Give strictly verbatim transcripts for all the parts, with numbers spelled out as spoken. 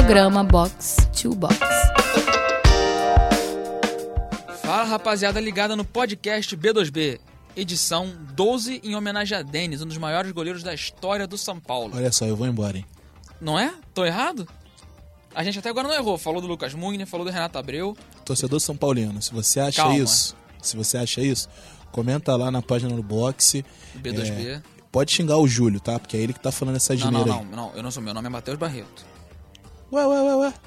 Programa Box to Box. Fala, rapaziada ligada no podcast B dois B, edição doze, em homenagem a Denis, um dos maiores goleiros da história do São Paulo. Olha só, eu vou embora, hein? Não é? Tô errado? A gente até agora não errou. Falou do Lucas Mugni, falou do Renato Abreu. Torcedor São Paulino, se você acha Calma. isso, se você acha isso, comenta lá na página do Boxe. B dois B. É, pode xingar o Júlio, tá? Porque é ele que tá falando essa Não, gineira não, aí. não, não, eu não sou, meu nome é Matheus Barreto. Ué, ué, ué, ué.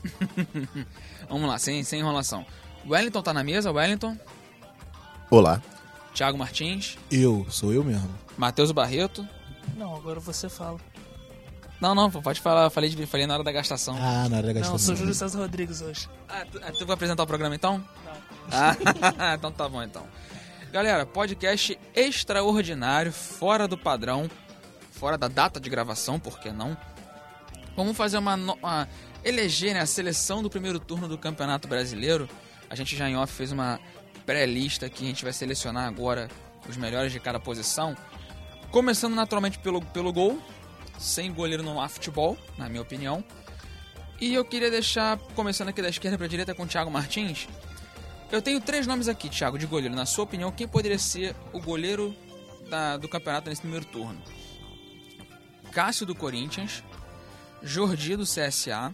Vamos lá, sem, sem enrolação. Wellington tá na mesa, Wellington. Olá. Thiago Martins. Eu, sou eu mesmo. Matheus Barreto. Não, agora você fala. Não, não, pode falar, eu falei, de, falei na hora da gastação. Ah, na hora da Não, eu gastação. sou Júlio César Rodrigues hoje. Ah, tu, ah, tu vai apresentar o programa então? Não. Ah, então tá bom então. Galera, podcast extraordinário, fora do padrão, fora da data de gravação, por que não? Vamos fazer uma, no- uma eleger, né, a seleção do primeiro turno do Campeonato Brasileiro. A gente já em off fez uma pré-lista que a gente vai selecionar agora os melhores de cada posição. Começando naturalmente pelo, pelo gol, sem goleiro não há futebol, na minha opinião. E eu queria deixar, começando aqui da esquerda para a direita com o Thiago Martins. Eu tenho três nomes aqui, Thiago, de goleiro. Na sua opinião, quem poderia ser o goleiro da- do campeonato nesse primeiro turno? Cássio do Corinthians, Jordi do C S A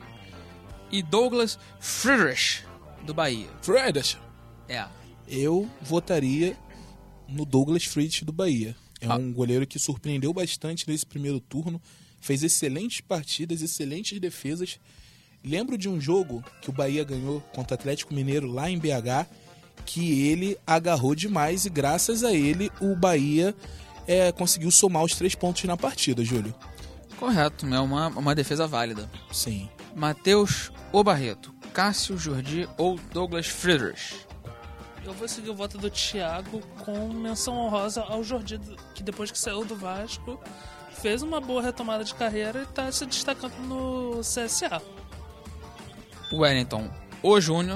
e Douglas Friedrich do Bahia. Friedrich. É, Eu votaria no Douglas Friedrich do Bahia. É Ah. um goleiro que surpreendeu bastante nesse primeiro turno, fez excelentes partidas, excelentes defesas. Lembro de um jogo que o Bahia ganhou contra o Atlético Mineiro lá em B H, que ele agarrou demais e graças a ele o Bahia é, conseguiu somar os três pontos na partida, Júlio. correto, é uma, uma defesa válida. Sim. Matheus ou Barreto, Cássio, Jordi ou Douglas Friedrich? Eu vou seguir o voto do Thiago com menção honrosa ao Jordi, que depois que saiu do Vasco, fez uma boa retomada de carreira e está se destacando no C S A. Wellington ou Júnior?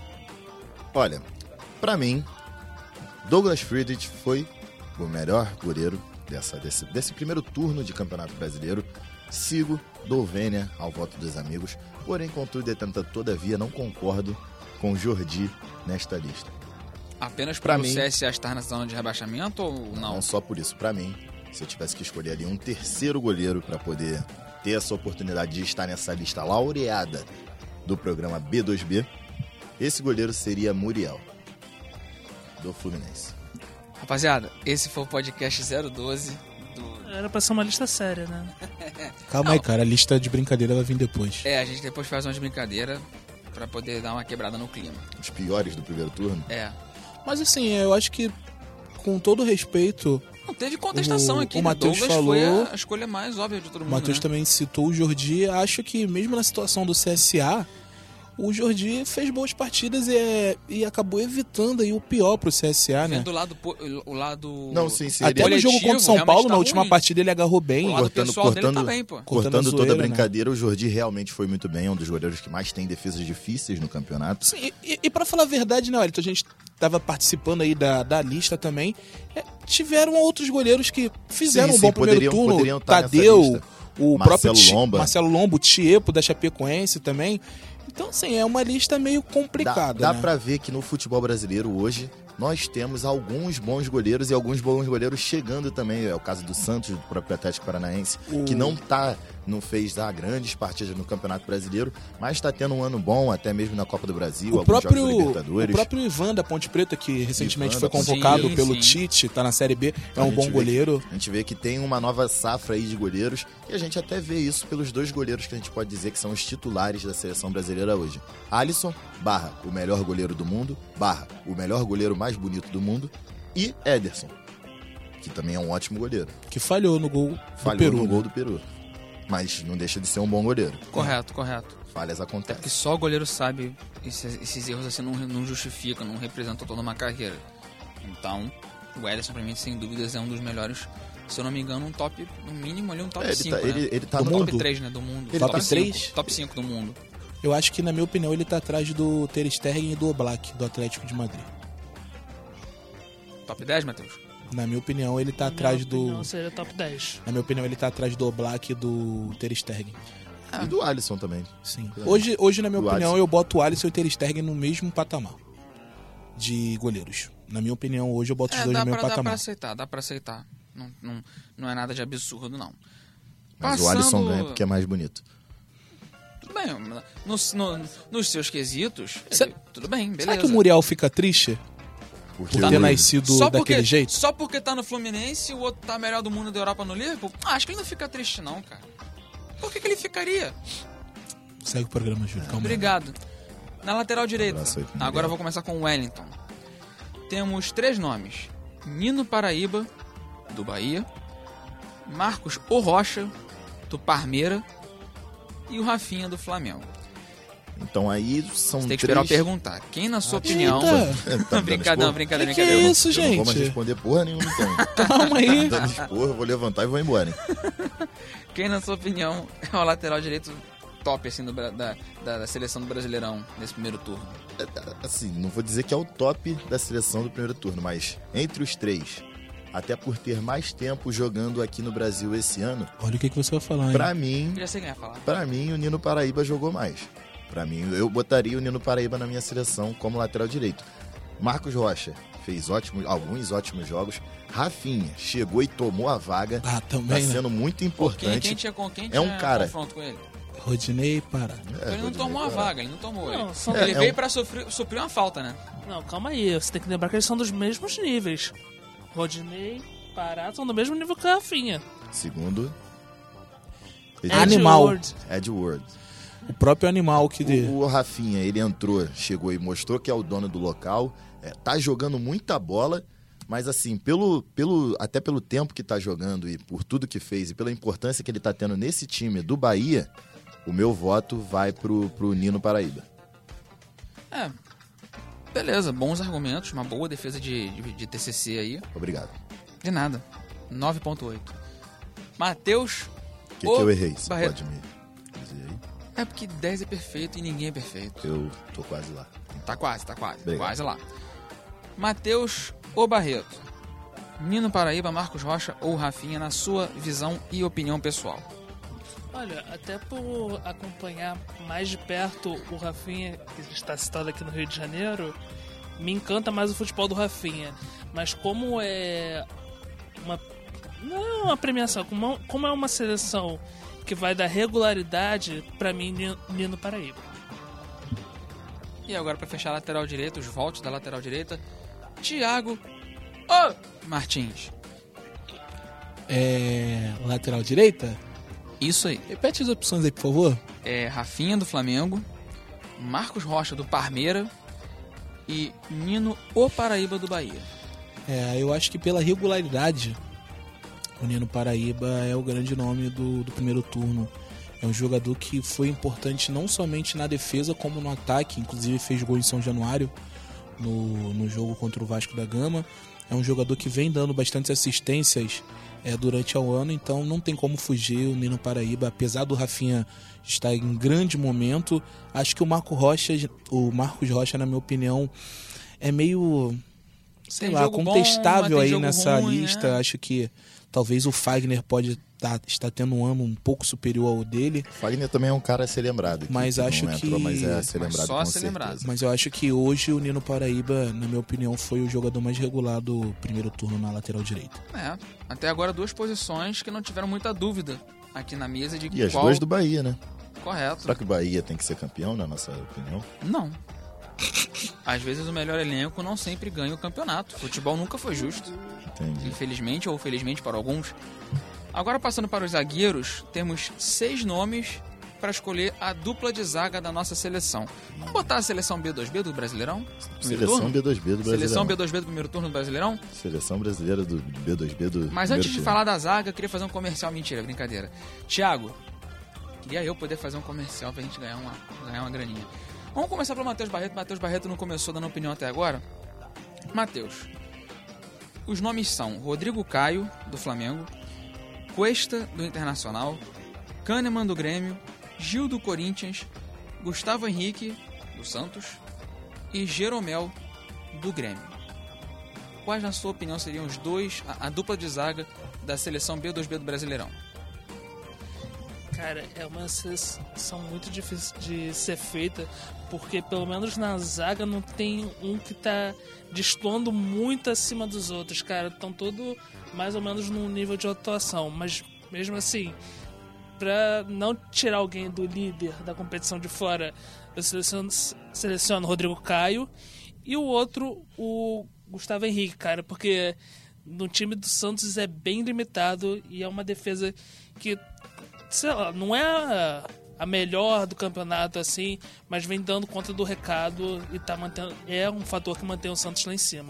Olha, pra mim, Douglas Friedrich foi o melhor goleiro dessa, desse, desse primeiro turno de Campeonato Brasileiro. Sigo, dou vênia ao voto dos amigos, porém, contudo, entretanto, todavia, não concordo com o Jordi nesta lista. Apenas Pra para o mim- C S A estar na zona de rebaixamento ou não? Não só por isso, pra mim, se eu tivesse que escolher ali um terceiro goleiro pra poder ter essa oportunidade de estar nessa lista laureada do programa B dois B, esse goleiro seria Muriel, do Fluminense. Rapaziada, esse foi o podcast zero doze do... Era pra ser uma lista séria, né? Calma Não. aí, cara. A lista de brincadeira vai vir depois. É, a gente depois faz umas brincadeiras pra poder dar uma quebrada no clima. Os piores do primeiro turno. É. Mas assim, eu acho que, com todo respeito, Não teve contestação O- aqui, o né? Matheus Douglas falou- foi a, a escolha mais óbvia de todo o mundo, Matheus né? também citou o Jordi. Acho que mesmo na situação do C S A, o Jordi fez boas partidas e, é- e acabou evitando aí o pior pro C S A, né? Vendo o lado, po- o lado... Não, sim, sim. Até ele- no jogo contra o São coletivo, Paulo, realmente na tá última ruim. partida, ele agarrou bem. O lado cortando- pessoal dele cortando- tá bem, pô. Cortando Cortando a toda a zoeira, né? brincadeira, o Jordi realmente foi muito bem, é um dos goleiros que mais tem defesas difíceis no campeonato. Sim, e, e pra falar a verdade, né, Wellington, a gente tava participando aí da, da lista também. É, tiveram outros goleiros que fizeram Sim, um bom sim, primeiro poderiam- turno. poderiam tá nessa Tadeu, lista. o Marcelo próprio Ti- Lomba. Marcelo Lombo, o Tiepo da Chapecoense também. Então, assim, é uma lista meio Dá, complicada, dá né? pra ver que no futebol brasileiro hoje nós temos alguns bons goleiros e alguns bons goleiros chegando também. É o caso do Santos, do próprio Atlético Paranaense, O- que não tá, não fez ah, grandes partidas no Campeonato Brasileiro, mas tá tendo um ano bom, até mesmo na Copa do Brasil, O alguns próprio, jogos da o Libertadores. próprio Ivan da Ponte Preta, que recentemente Ivan foi da Ponte- convocado Sim, pelo sim. Tite, tá na Série B, é A um gente bom vê goleiro. A gente vê que tem uma nova safra aí de goleiros e a gente até vê isso pelos dois goleiros que a gente pode dizer que são os titulares da seleção brasileira hoje. Alisson, barra, o melhor goleiro do mundo, barra, o melhor goleiro mais bonito do mundo, e Ederson, que também é um ótimo goleiro. Que falhou no gol do Falhou Peru. no né? gol do Peru, mas não deixa de ser um bom goleiro. Correto, correto. Falhas Até porque acontecem. só o goleiro sabe esses, esses erros assim não, não justificam, não representam toda uma carreira. Então, o Ederson pra mim, sem dúvidas, é um dos melhores. Se eu não me engano, um top, no mínimo ali um top É, ele cinco, tá- né? ele- ele tá Do no mundo? top três, né, do mundo. Ele top tá cinco, três? top cinco do mundo. Eu acho que, na minha opinião, ele tá atrás do Ter Stegen e do Oblak, do Atlético de Madrid. Top dez, Matheus? Na minha opinião, ele tá Na atrás minha do... opinião, seria top dez. Na minha opinião, ele tá atrás do Oblak e do Ter Stegen. E do Alisson também. Sim. Hoje, hoje, na minha Do opinião, Alisson. eu boto o Alisson e o Ter Stegen no mesmo patamar de goleiros. Na minha opinião, hoje eu boto os É, dois dá no pra, mesmo dá pra patamar. aceitar, dá pra aceitar. Não, não, não é nada de absurdo, não. Mas o Passando- Alisson ganha porque é mais bonito. Tudo bem, nos, no- nos seus quesitos, Cê- ele- tudo bem, beleza. Será que o Muriel fica triste Porque por ter o- nascido Só daquele porque, jeito? só porque tá no Fluminense e o outro tá melhor do mundo da Europa no Liverpool? Ah, acho que ele não fica triste não, cara. Por que, que ele ficaria? Segue o programa, Júlio. Calma. Obrigado. Na lateral direita, abraço aí pro Miguel. agora eu vou começar com o Wellington. Temos três nomes. Nino Paraíba, do Bahia. Marcos O Rocha, do Parmeira. E o Rafinha, do Flamengo. Então aí são Você tem que três... esperar eu perguntar. Quem, na sua opinião... Eita! Tá me dando brincadeira, esporro? brincadeira, Que que brincadeira. é isso, Eu não vou mais gente? responder porra nenhuma, então. Calma aí. Dando esporro, eu vou levantar e vou embora, hein? Quem, na sua opinião, é o lateral direito top, assim, do Bra- da, da, da seleção do Brasileirão, nesse primeiro turno? Assim, não vou dizer que é o top da seleção do primeiro turno, mas entre os três, até por ter mais tempo jogando aqui no Brasil esse ano, Olha o que, que você vai falar, hein? pra mim, Eu já sei quem vai falar. pra mim o Nino Paraíba jogou mais. Pra mim, eu botaria o Nino Paraíba na minha seleção como lateral direito. Marcos Rocha fez ótimos, alguns ótimos jogos. Rafinha chegou e tomou a vaga. Ah, Tá também, né? sendo muito Quem, importante. quem tinha, com quem É um tinha cara- confronto com ele? Rodinei, para. É, ele não Rodinei, tomou a cara. vaga, ele não tomou. Não, ele são- ele É, é veio um- pra sofrer, suprir uma falta, né? Não, calma aí. Você tem que lembrar que eles são dos mesmos níveis. Rodinei, Pará são do mesmo nível que a Rafinha. Segundo, Animal. Edward. Ed Ward. O próprio animal que... De... O, o Rafinha, ele entrou, chegou e mostrou que é o dono do local. É, tá jogando muita bola, mas assim, pelo, pelo, até pelo tempo que tá jogando e por tudo que fez e pela importância que ele tá tendo nesse time do Bahia, o meu voto vai pro, pro Nino Paraíba. É. Beleza, bons argumentos, uma boa defesa de, de, de T C C aí. Obrigado. De nada. nove ponto oito. Matheus. O que, Ô, que eu errei? Você Barreto. pode me dizer aí? É porque dez é perfeito e ninguém é perfeito. Eu tô quase lá. Tá quase, tá quase. Obrigado. Quase lá. Matheus ou Barreto? Nino Paraíba, Marcos Rocha ou Rafinha, na sua visão e opinião pessoal? Olha, até por acompanhar mais de perto o Rafinha, que está citado aqui no Rio de Janeiro, me encanta mais o futebol do Rafinha. Mas como é uma... não é uma premiação, como, como é uma seleção que vai dar regularidade, pra mim, Nino- Nino Paraíba. E agora, pra fechar a lateral direita, os voltes da lateral direita, Thiago ô Martins. É... Lateral direita? Isso aí. Repete as opções aí, por favor. É Rafinha do Flamengo, Marcos Rocha do Parmeira e Nino o Paraíba do Bahia. É, eu acho que pela regularidade, o Nino Paraíba é o grande nome do, do primeiro turno. É um jogador que foi importante não somente na defesa, como no ataque. Inclusive fez gol em São Januário, no, no jogo contra o Vasco da Gama. É um jogador que vem dando bastante assistências é, durante o ano, então não tem como fugir o Nino Paraíba. Apesar do Rafinha estar em grande momento, acho que o Marco Rocha, o Marcos Rocha, na minha opinião, é meio... sei Tem lá, jogo bom, contestável mas tem aí jogo nessa ruim, lista. né? Acho que talvez o Fagner pode tá, estar tendo um ano um pouco superior ao dele, Fagner também é um cara a ser lembrado. Mas que não acho entrou, que- Mas é a ser Mas lembrado só a com ser certeza. lembrado. mas eu acho que hoje o Nino Paraíba, na minha opinião, foi o jogador mais regular do primeiro turno na lateral direita. É, até agora duas posições que não tiveram muita dúvida aqui na mesa de E as qual... duas do Bahia, né? Correto. Será que o Bahia tem que ser campeão, na nossa opinião? Não. Às vezes o melhor elenco não sempre ganha o campeonato. Futebol nunca foi justo. Entendi. Infelizmente ou felizmente para alguns. Agora passando para os zagueiros, temos seis nomes para escolher a dupla de zaga da nossa seleção. Vamos botar a seleção B dois B do Brasileirão? Primeiro Seleção turno? B dois B do Brasileirão. Seleção B dois B do primeiro turno do Brasileirão? Seleção brasileira do B dois B do Mas primeiro antes de turno. falar da zaga, eu queria fazer um comercial. Mentira, brincadeira. Thiago, queria eu poder fazer um comercial pra gente ganhar uma, ganhar uma graninha. Vamos começar pelo Matheus Barreto. Matheus Barreto não começou dando opinião até agora. Matheus, os nomes são Rodrigo Caio, do Flamengo, Cuesta, do Internacional, Kahneman, do Grêmio, Gil, do Corinthians, Gustavo Henrique, do Santos e Jeromel, do Grêmio. Quais, na sua opinião, seriam os dois, a, a dupla de zaga da seleção B dois B do Brasileirão? Cara, é uma seleção muito difícil de ser feita, porque pelo menos na zaga não tem um que tá destoando muito acima dos outros, cara. Estão todos mais ou menos num nível de atuação, mas mesmo assim, pra não tirar alguém do líder da competição de fora, eu seleciono, seleciono o Rodrigo Caio e o outro, o Gustavo Henrique, cara, porque no time do Santos é bem limitado e é uma defesa que, sei lá, não é a, a melhor do campeonato, assim, mas vem dando conta do recado e tá mantendo, é um fator que mantém o Santos lá em cima.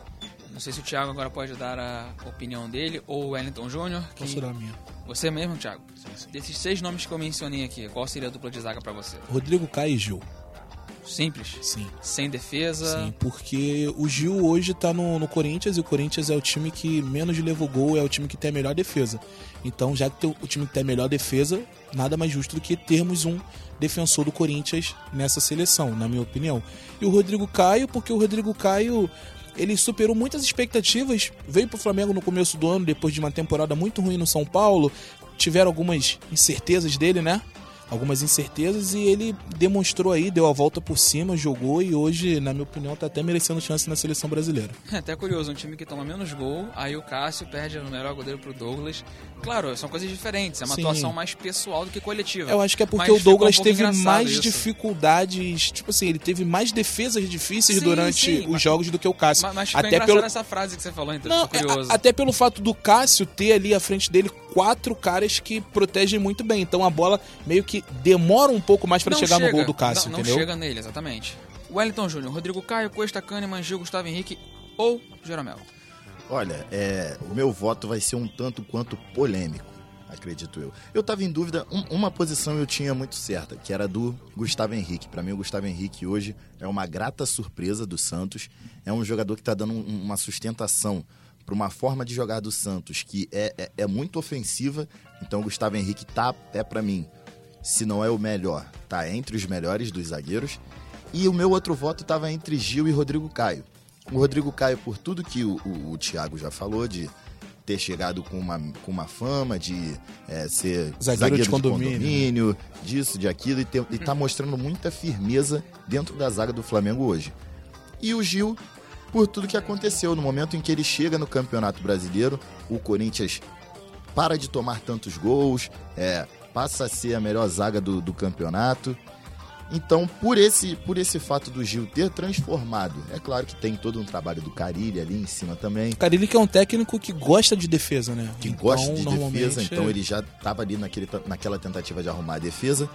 Não sei se o Thiago agora pode dar a opinião dele ou o Wellington Júnior. Que... Posso dar a minha? Você mesmo, Thiago? Sim, sim. Desses seis nomes que eu mencionei aqui, qual seria a dupla de zaga pra você? Rodrigo Caio e Gil. Simples? Sim. Sem defesa? Sim, porque o Gil hoje tá no, no Corinthians e o Corinthians é o time que menos levou gol, é o time que tem a melhor defesa. Então, já que tem o time que tem a melhor defesa, nada mais justo do que termos um defensor do Corinthians nessa seleção, na minha opinião. E o Rodrigo Caio, porque o Rodrigo Caio, ele superou muitas expectativas, veio pro Flamengo no começo do ano, depois de uma temporada muito ruim no São Paulo, tiveram algumas incertezas dele, né? Algumas incertezas e ele demonstrou aí, deu a volta por cima, jogou e hoje, na minha opinião, tá até merecendo chance na seleção brasileira. É até curioso, um time que toma menos gol, aí o Cássio perde o melhor goleiro pro Douglas. Claro, são coisas diferentes, é uma Sim. atuação mais pessoal do que coletiva. Eu acho que é porque Mas o Douglas ficou um pouco teve engraçado mais isso. dificuldades, tipo assim, ele teve mais defesas difíceis Sim, durante sim, os mas- jogos do que o Cássio. Mas, mas ficou até engraçado pelo essa frase que você falou, então Não, ficou curioso. é, até pelo fato do Cássio ter ali à frente dele quatro caras que protegem muito bem. Então a bola meio que demora um pouco mais para Não chegar chega, no gol do Cássio, não, entendeu? Não chega nele, exatamente. Wellington Júnior, Rodrigo Caio, Cuesta, Kahneman, Gil, Gustavo Henrique ou Jeromel? Olha, é, o meu voto vai ser um tanto quanto polêmico, acredito eu. Eu tava em dúvida, um- uma posição eu tinha muito certa, que era do Gustavo Henrique. Pra mim, o Gustavo Henrique hoje é uma grata surpresa do Santos. É um jogador que tá dando um- uma sustentação para uma forma de jogar do Santos que é, é, é muito ofensiva. Então, o Gustavo Henrique tá, é pra mim, se não é o melhor, tá entre os melhores dos zagueiros. E o meu outro voto tava entre Gil e Rodrigo Caio. O Rodrigo Caio, por tudo que o, o, o Thiago já falou, de ter chegado com uma, com uma fama de é, ser Zagueiro de de condomínio, condomínio, disso, de aquilo, e, ter, e tá mostrando muita firmeza dentro da zaga do Flamengo hoje. E o Gil, por tudo que aconteceu, no momento em que ele chega no Campeonato Brasileiro, o Corinthians para de tomar tantos gols, é, passa a ser a melhor zaga do, do campeonato. Então, por esse, por esse fato do Gil ter transformado, é claro que tem todo um trabalho do Carille ali em cima também, Carilli que é um técnico que gosta de defesa, né? que Então, gosta de normalmente, defesa, então ele já estava ali naquele, naquela tentativa de arrumar a defesa,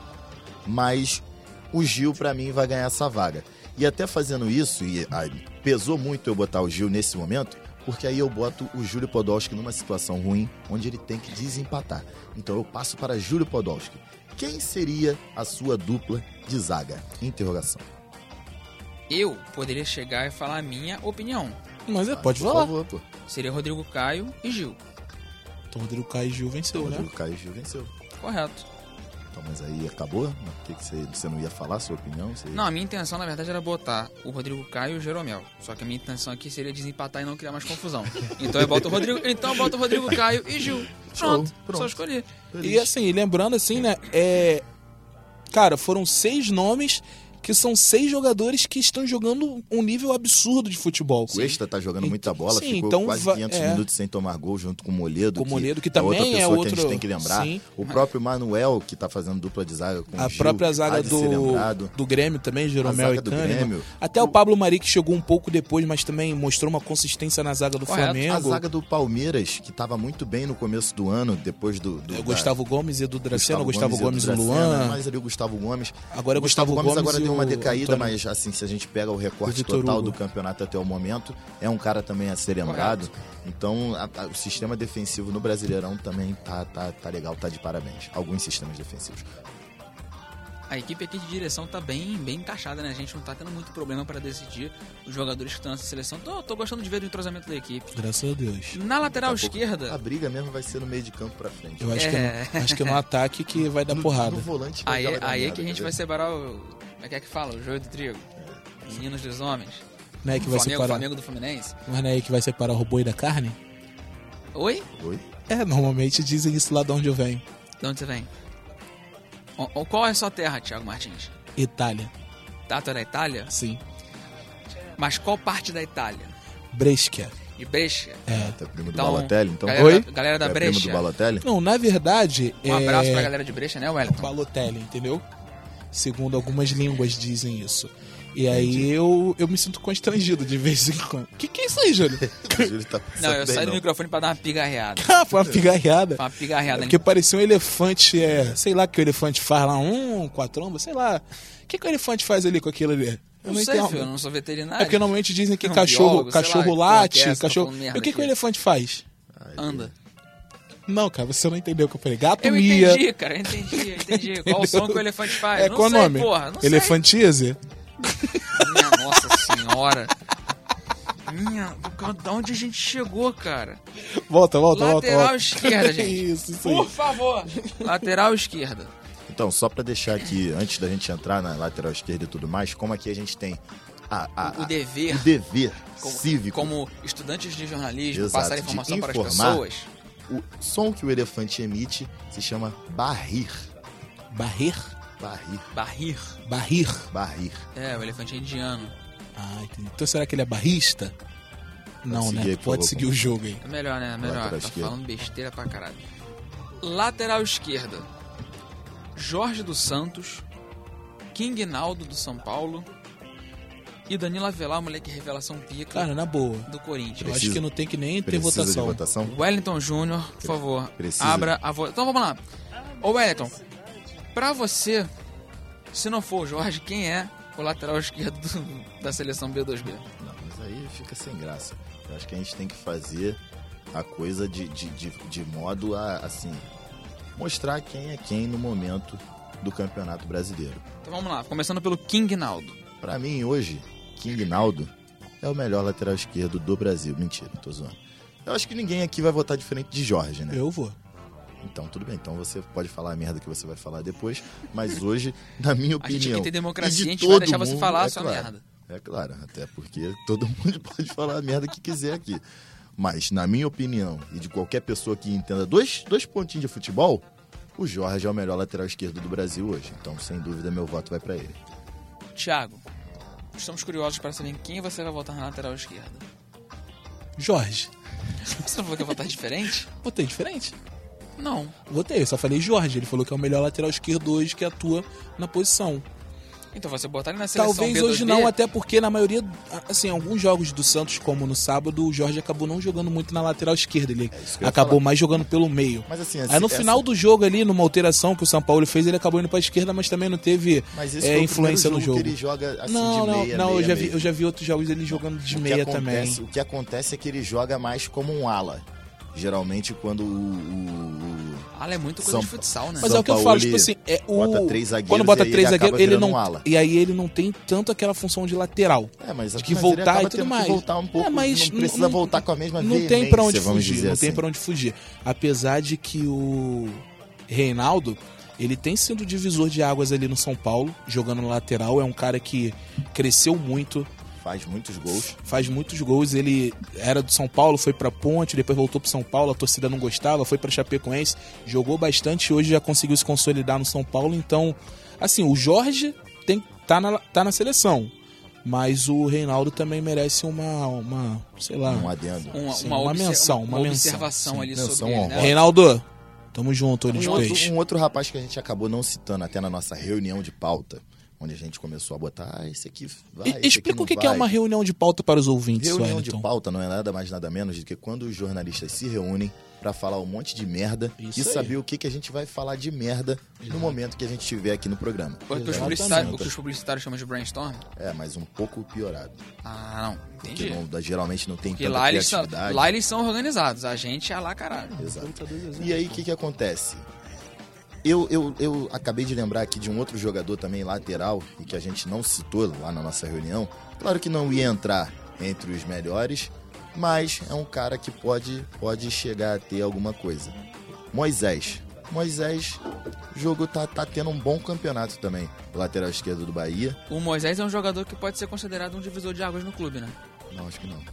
mas o Gil, pra mim, vai ganhar essa vaga. E até fazendo isso, e ah, pesou muito eu botar o Gil nesse momento, porque aí eu boto o Júlio Podolski numa situação ruim, onde ele tem que desempatar. Então eu passo para Júlio Podolski. Quem seria a sua dupla de zaga? Interrogação. Eu poderia chegar e falar a minha opinião. Mas é, pode Por falar. favor, pô. Seria Rodrigo Caio e Gil. Então Rodrigo Caio e Gil venceu, né? Rodrigo Caio e Gil venceu. Correto. Então, mas aí acabou? O que, que você, você não ia falar, sua opinião? Você... Não, a minha intenção, na verdade, era botar o Rodrigo Caio e o Jeromel. Só que a minha intenção aqui seria desempatar e não criar mais confusão. Então eu boto o Rodrigo, então eu boto o Rodrigo Caio e Gil. Pronto, Show, pronto. só escolher. E assim, lembrando assim, né? É... Cara, foram seis nomes que são seis jogadores que estão jogando um nível absurdo de futebol. O Cuesta tá jogando muita Então, bola, sim, ficou então quase va- quinhentos é. minutos sem tomar gol junto com o Moledo. Com o Moledo, que é outra também é pessoa que a outro- gente tem que lembrar. sim. O próprio Manuel, que tá fazendo dupla de zaga com A o Gil, própria zaga há de ser do, lembrado. do Grêmio também, Jeromel A e zaga do Kahneman. Grêmio. Até o Pablo Mari, que chegou um pouco depois, mas também mostrou uma consistência na zaga do Correto. A Flamengo. zaga do Palmeiras, que tava muito bem no começo do ano, depois do... do É, o da- Gustavo Gomes e Edu Dracena, o Gustavo Gomes e o Edu Luan. Dracena, mais ali o Gustavo Gomes. Agora é o Gustavo, Gustavo Gomes, Gomes agora e deu uma o decaída, Antônio- mas assim, se a gente pega o recorte Vitor total Hugo. do campeonato até o momento, é um cara também a ser lembrado. Então, a- a- o sistema defensivo no Brasileirão também tá, tá, tá legal, tá de parabéns. Alguns sistemas defensivos. A equipe aqui de direção tá bem, bem encaixada, né? A gente não tá tendo muito problema para decidir os jogadores que estão nessa seleção. Tô, tô gostando de ver o entrosamento da equipe. Graças a Deus. Na lateral Daqui a pouco, esquerda, A briga mesmo vai ser no meio de campo pra frente. Eu acho, É. que é no, acho que é no ataque que vai dar No- porrada. No volante vai aí, dar é- uma aí é merda, que a gente quer vai ver? separar o... Como é que é que fala? O joio do trigo. Meninos dos homens. Não é que vai Flamengo, separar. Flamengo do Fluminense. Mas não é aí que vai separar o boi da carne? Oi? Oi? É, normalmente dizem isso lá de onde eu venho. De onde você vem? O- o- Qual é a sua terra, Thiago Martins? Itália, Data da Itália? sim. Mas qual parte da Itália? Brescia. De Brescia? É. Tá primo do Então, Balotelli, então? galera, Oi? Da, galera da É primo do Brescia. Balotelli? Não, na verdade... Um abraço é... pra galera de Brescia, né, Wellington? Balotelli, entendeu? Segundo algumas línguas dizem isso. E aí eu, eu me sinto constrangido de vez em quando. Que que é isso aí, Júlio? O Júlio tá pensando Não, eu bem, saí do não. microfone pra dar uma pigarreada. Ah, foi uma pigarreada. Foi uma pigarreada, hein? Porque parecia um elefante, é, sei lá o que o elefante faz lá, um, com a tromba, sei lá. O que, que o elefante faz ali com aquilo ali? Eu Não sei, entendo. filho, eu não sou veterinário. É porque normalmente dizem que Não, cachorro, biólogo, sei cachorro lá, late, porra, que é essa? Tô cachorro... falando E merda o que, que o aqui. elefante faz? Anda. Não, cara, você não entendeu o que eu falei. Gato Eu mia. entendi, cara, eu entendi, eu entendi. Qual o som que o elefante faz? É, não qual o sei, nome? porra, não Elefantíase? sei. Minha nossa senhora. Minha, da onde a gente chegou, cara? Volta, volta, volta. Lateral volta. esquerda, gente. Isso, isso aí. Por favor. Lateral esquerda. Então, só pra deixar aqui, antes da gente entrar na lateral esquerda e tudo mais, como aqui a gente tem a, a- O a- dever. o dever Como, cívico, como estudantes de jornalismo, Exato, passar de informação para as informar. pessoas. o som que o elefante emite se chama barrir. Barrir? Barrir. Barrir. Barrir. Barrir. É, o elefante é indiano. Ah, entendi. Então será que ele é barrista? Não, seguir né? aí, por Pode favor, seguir como- o jogo aí. É melhor, né? É melhor. Lateral Tá esquerda. falando besteira pra caralho. Lateral esquerda. Jorge dos Santos. King Naldo do São Paulo. E Danilo Avelar, moleque revelação pica Cara, na boa. do Corinthians. Eu acho Precisa- que não tem que nem ter Precisa votação. de votação? Wellington Júnior, por favor, Precisa. abra a votação. Então vamos lá. Ô Wellington, pra você, se não for o Jorge, quem é o lateral esquerdo do- da seleção B dois B? Não, mas aí fica sem graça. Eu acho que a gente tem que fazer a coisa de, de, de, de modo a, assim, mostrar quem é quem no momento do Campeonato Brasileiro. Então vamos lá, começando pelo King Naldo. Pra mim, hoje, King Naldo é o melhor lateral esquerdo do Brasil. Mentira, tô zoando. Eu acho que ninguém aqui vai votar diferente de Jorge, né? Eu vou. Então, tudo bem. Então você pode falar a merda que você vai falar depois, mas hoje, na minha A opinião... gente aqui tem democracia, e de a gente vai todo deixar você mundo, falar a é sua claro, merda. É claro, até porque todo mundo pode falar a merda que quiser aqui. Mas, na minha opinião, e de qualquer pessoa que entenda dois, dois pontinhos de futebol, o Jorge é o melhor lateral esquerdo do Brasil hoje. Então, sem dúvida, meu voto vai pra ele. Thiago, estamos curiosos para saber em quem você vai votar na lateral esquerda. Jorge. Você não falou que ia votar diferente? Votei diferente. Não. Votei, eu só falei Jorge. Ele falou que é o melhor lateral esquerdo hoje que atua na posição. Então você botar ele na seleção Talvez B dois hoje B, não, até porque na maioria, assim, alguns jogos do Santos, como no sábado, o Jorge acabou não jogando muito na lateral esquerda. Ele isso que eu ia acabou falar. mais jogando pelo meio. Mas, assim, Aí no essa- final do jogo ali, numa alteração que o São Paulo fez, ele acabou indo pra esquerda, mas também não teve Mas esse é, foi o influência no primeiro jogo. que ele joga assim não, de não, meia, não, eu meia já vi, mesmo. eu já vi outros jogos dele jogando de O que meia acontece- também. O que acontece é que ele joga mais como um ala. Geralmente quando o, o- Ah, é muito coisa São- de futsal, né? Mas São é o que eu Paulo, falo, ele tipo assim, é o bota três zagueiros quando bota e aí três ele acaba zagueiros, ele virando não um ala. e aí ele não tem tanto aquela função de lateral. É, mas, De que mas voltar ele acaba e tudo tendo mais. que voltar um pouco, É, mas não precisa não- voltar com a mesma Não tem veemência, pra onde vamos fugir, dizer não tem assim. pra onde fugir. Apesar de que o Reinaldo, ele tem sido divisor de águas ali no São Paulo, jogando no lateral, é um cara que cresceu muito, Faz muitos gols. faz muitos gols, ele era do São Paulo, foi pra Ponte, depois voltou pro São Paulo, a torcida não gostava, foi pra Chapecoense, jogou bastante e hoje já conseguiu se consolidar no São Paulo, então, assim, o Jorge tem, tá, na, tá na seleção, mas o Reinaldo também merece uma, uma sei lá... Um adendo. Uma, Sim, uma, uma obser- menção, uma, uma observação menção, ali sim. sobre Menção ele, né? honrosa. Reinaldo, tamo junto, olho de Um outro, peixe. um outro rapaz que a gente acabou não citando até na nossa reunião de pauta, onde a gente começou a botar, ah, esse aqui vai, E- esse aqui Explica não o que que é vai. uma reunião de pauta para os ouvintes, Reunião Wellington. de pauta não é nada mais nada menos do que quando os jornalistas se reúnem pra falar um monte de merda Isso e aí. saber o que, que a gente vai falar de merda no momento que a gente estiver aqui no programa. O que, os Exatamente. publicitários, o que os publicitários chamam de brainstorm? É, mas um pouco piorado. Ah, não. Porque Entendi. não, geralmente não tem Porque tanta lá eles, são, criatividade. lá eles são organizados, a gente é lá caralho. Exato. E aí, o que, que acontece? Eu, eu, eu acabei de lembrar aqui de um outro jogador também lateral, e que a gente não citou lá na nossa reunião. Claro que não ia entrar entre os melhores, mas é um cara que pode, pode chegar a ter alguma coisa. Moisés. Moisés, o jogo tá, tá tendo um bom campeonato também. O lateral esquerdo do Bahia. O Moisés é um jogador que pode ser considerado um divisor de águas no clube, né? Não, acho que não.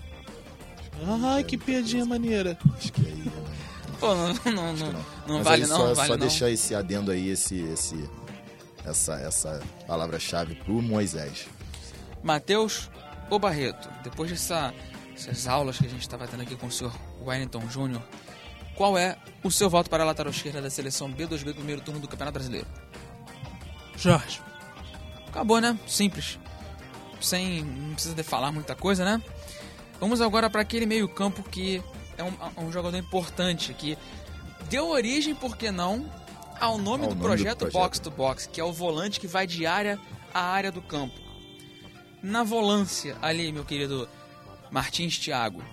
Ai, que piadinha maneira. Acho que aí não. Pô, não, não, não, Acho que não, não. Mas vale aí não, só, não vale só não. deixar esse adendo aí, esse, esse, essa, essa palavra-chave pro Moisés. Matheus ou Barreto, depois dessa, dessas aulas que a gente estava tendo aqui com o senhor Wellington Júnior, qual é o seu voto para a lateral esquerda da seleção B dois B do primeiro turno do Campeonato Brasileiro? Jorge. Acabou, né? Simples. Sem, não precisa de falar muita coisa, né? Vamos agora para aquele meio campo que é um, um jogador importante, que deu origem, por que não, ao nome, Ao do, nome projeto do projeto Box to Box, que é o volante que vai de área a área do campo. Na volância, ali, meu querido Martins Thiago,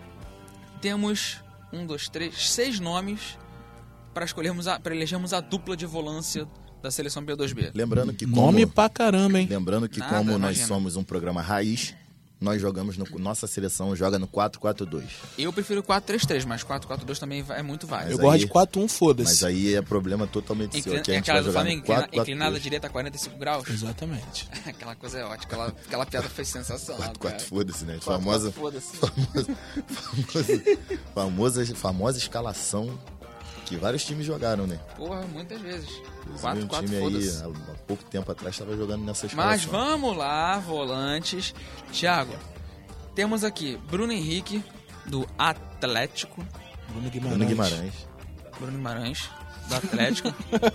temos um, dois, três, seis nomes para escolhermos, a, para elegermos a dupla de volância da seleção B dois B. Lembrando que como, Nome pra caramba, hein? lembrando que Nada, como nós imagina. somos um programa raiz, nós jogamos no, nossa seleção joga no quatro quatro dois. Eu prefiro quatro três três, mas quatro quatro dois também é muito válido. Eu Mas gosto aí- de quatro um, Mas foda-se. aí é problema totalmente seu. Inclina, Aqui a é gente aquela vai do jogar Flamengo no quatro inclina, quatro inclinada dois. direita a quarenta e cinco graus. Exatamente. Aquela coisa é ótima. Aquela, aquela piada foi sensacional. quatro quatro, cara. foda-se, né? Quatro, Famosa, quatro, foda-se. famosa, famosa, famosa escalação que vários times jogaram, né? Porra, muitas vezes. Inclusive, quatro um quatro, time aí, foda-se. há, há pouco tempo atrás, estava jogando nessa escalação. Mas vamos lá, volantes. Thiago, temos aqui Bruno Henrique, do Atlético. Bruno Guimarães. Bruno Guimarães. Bruno Guimarães, do Atlético.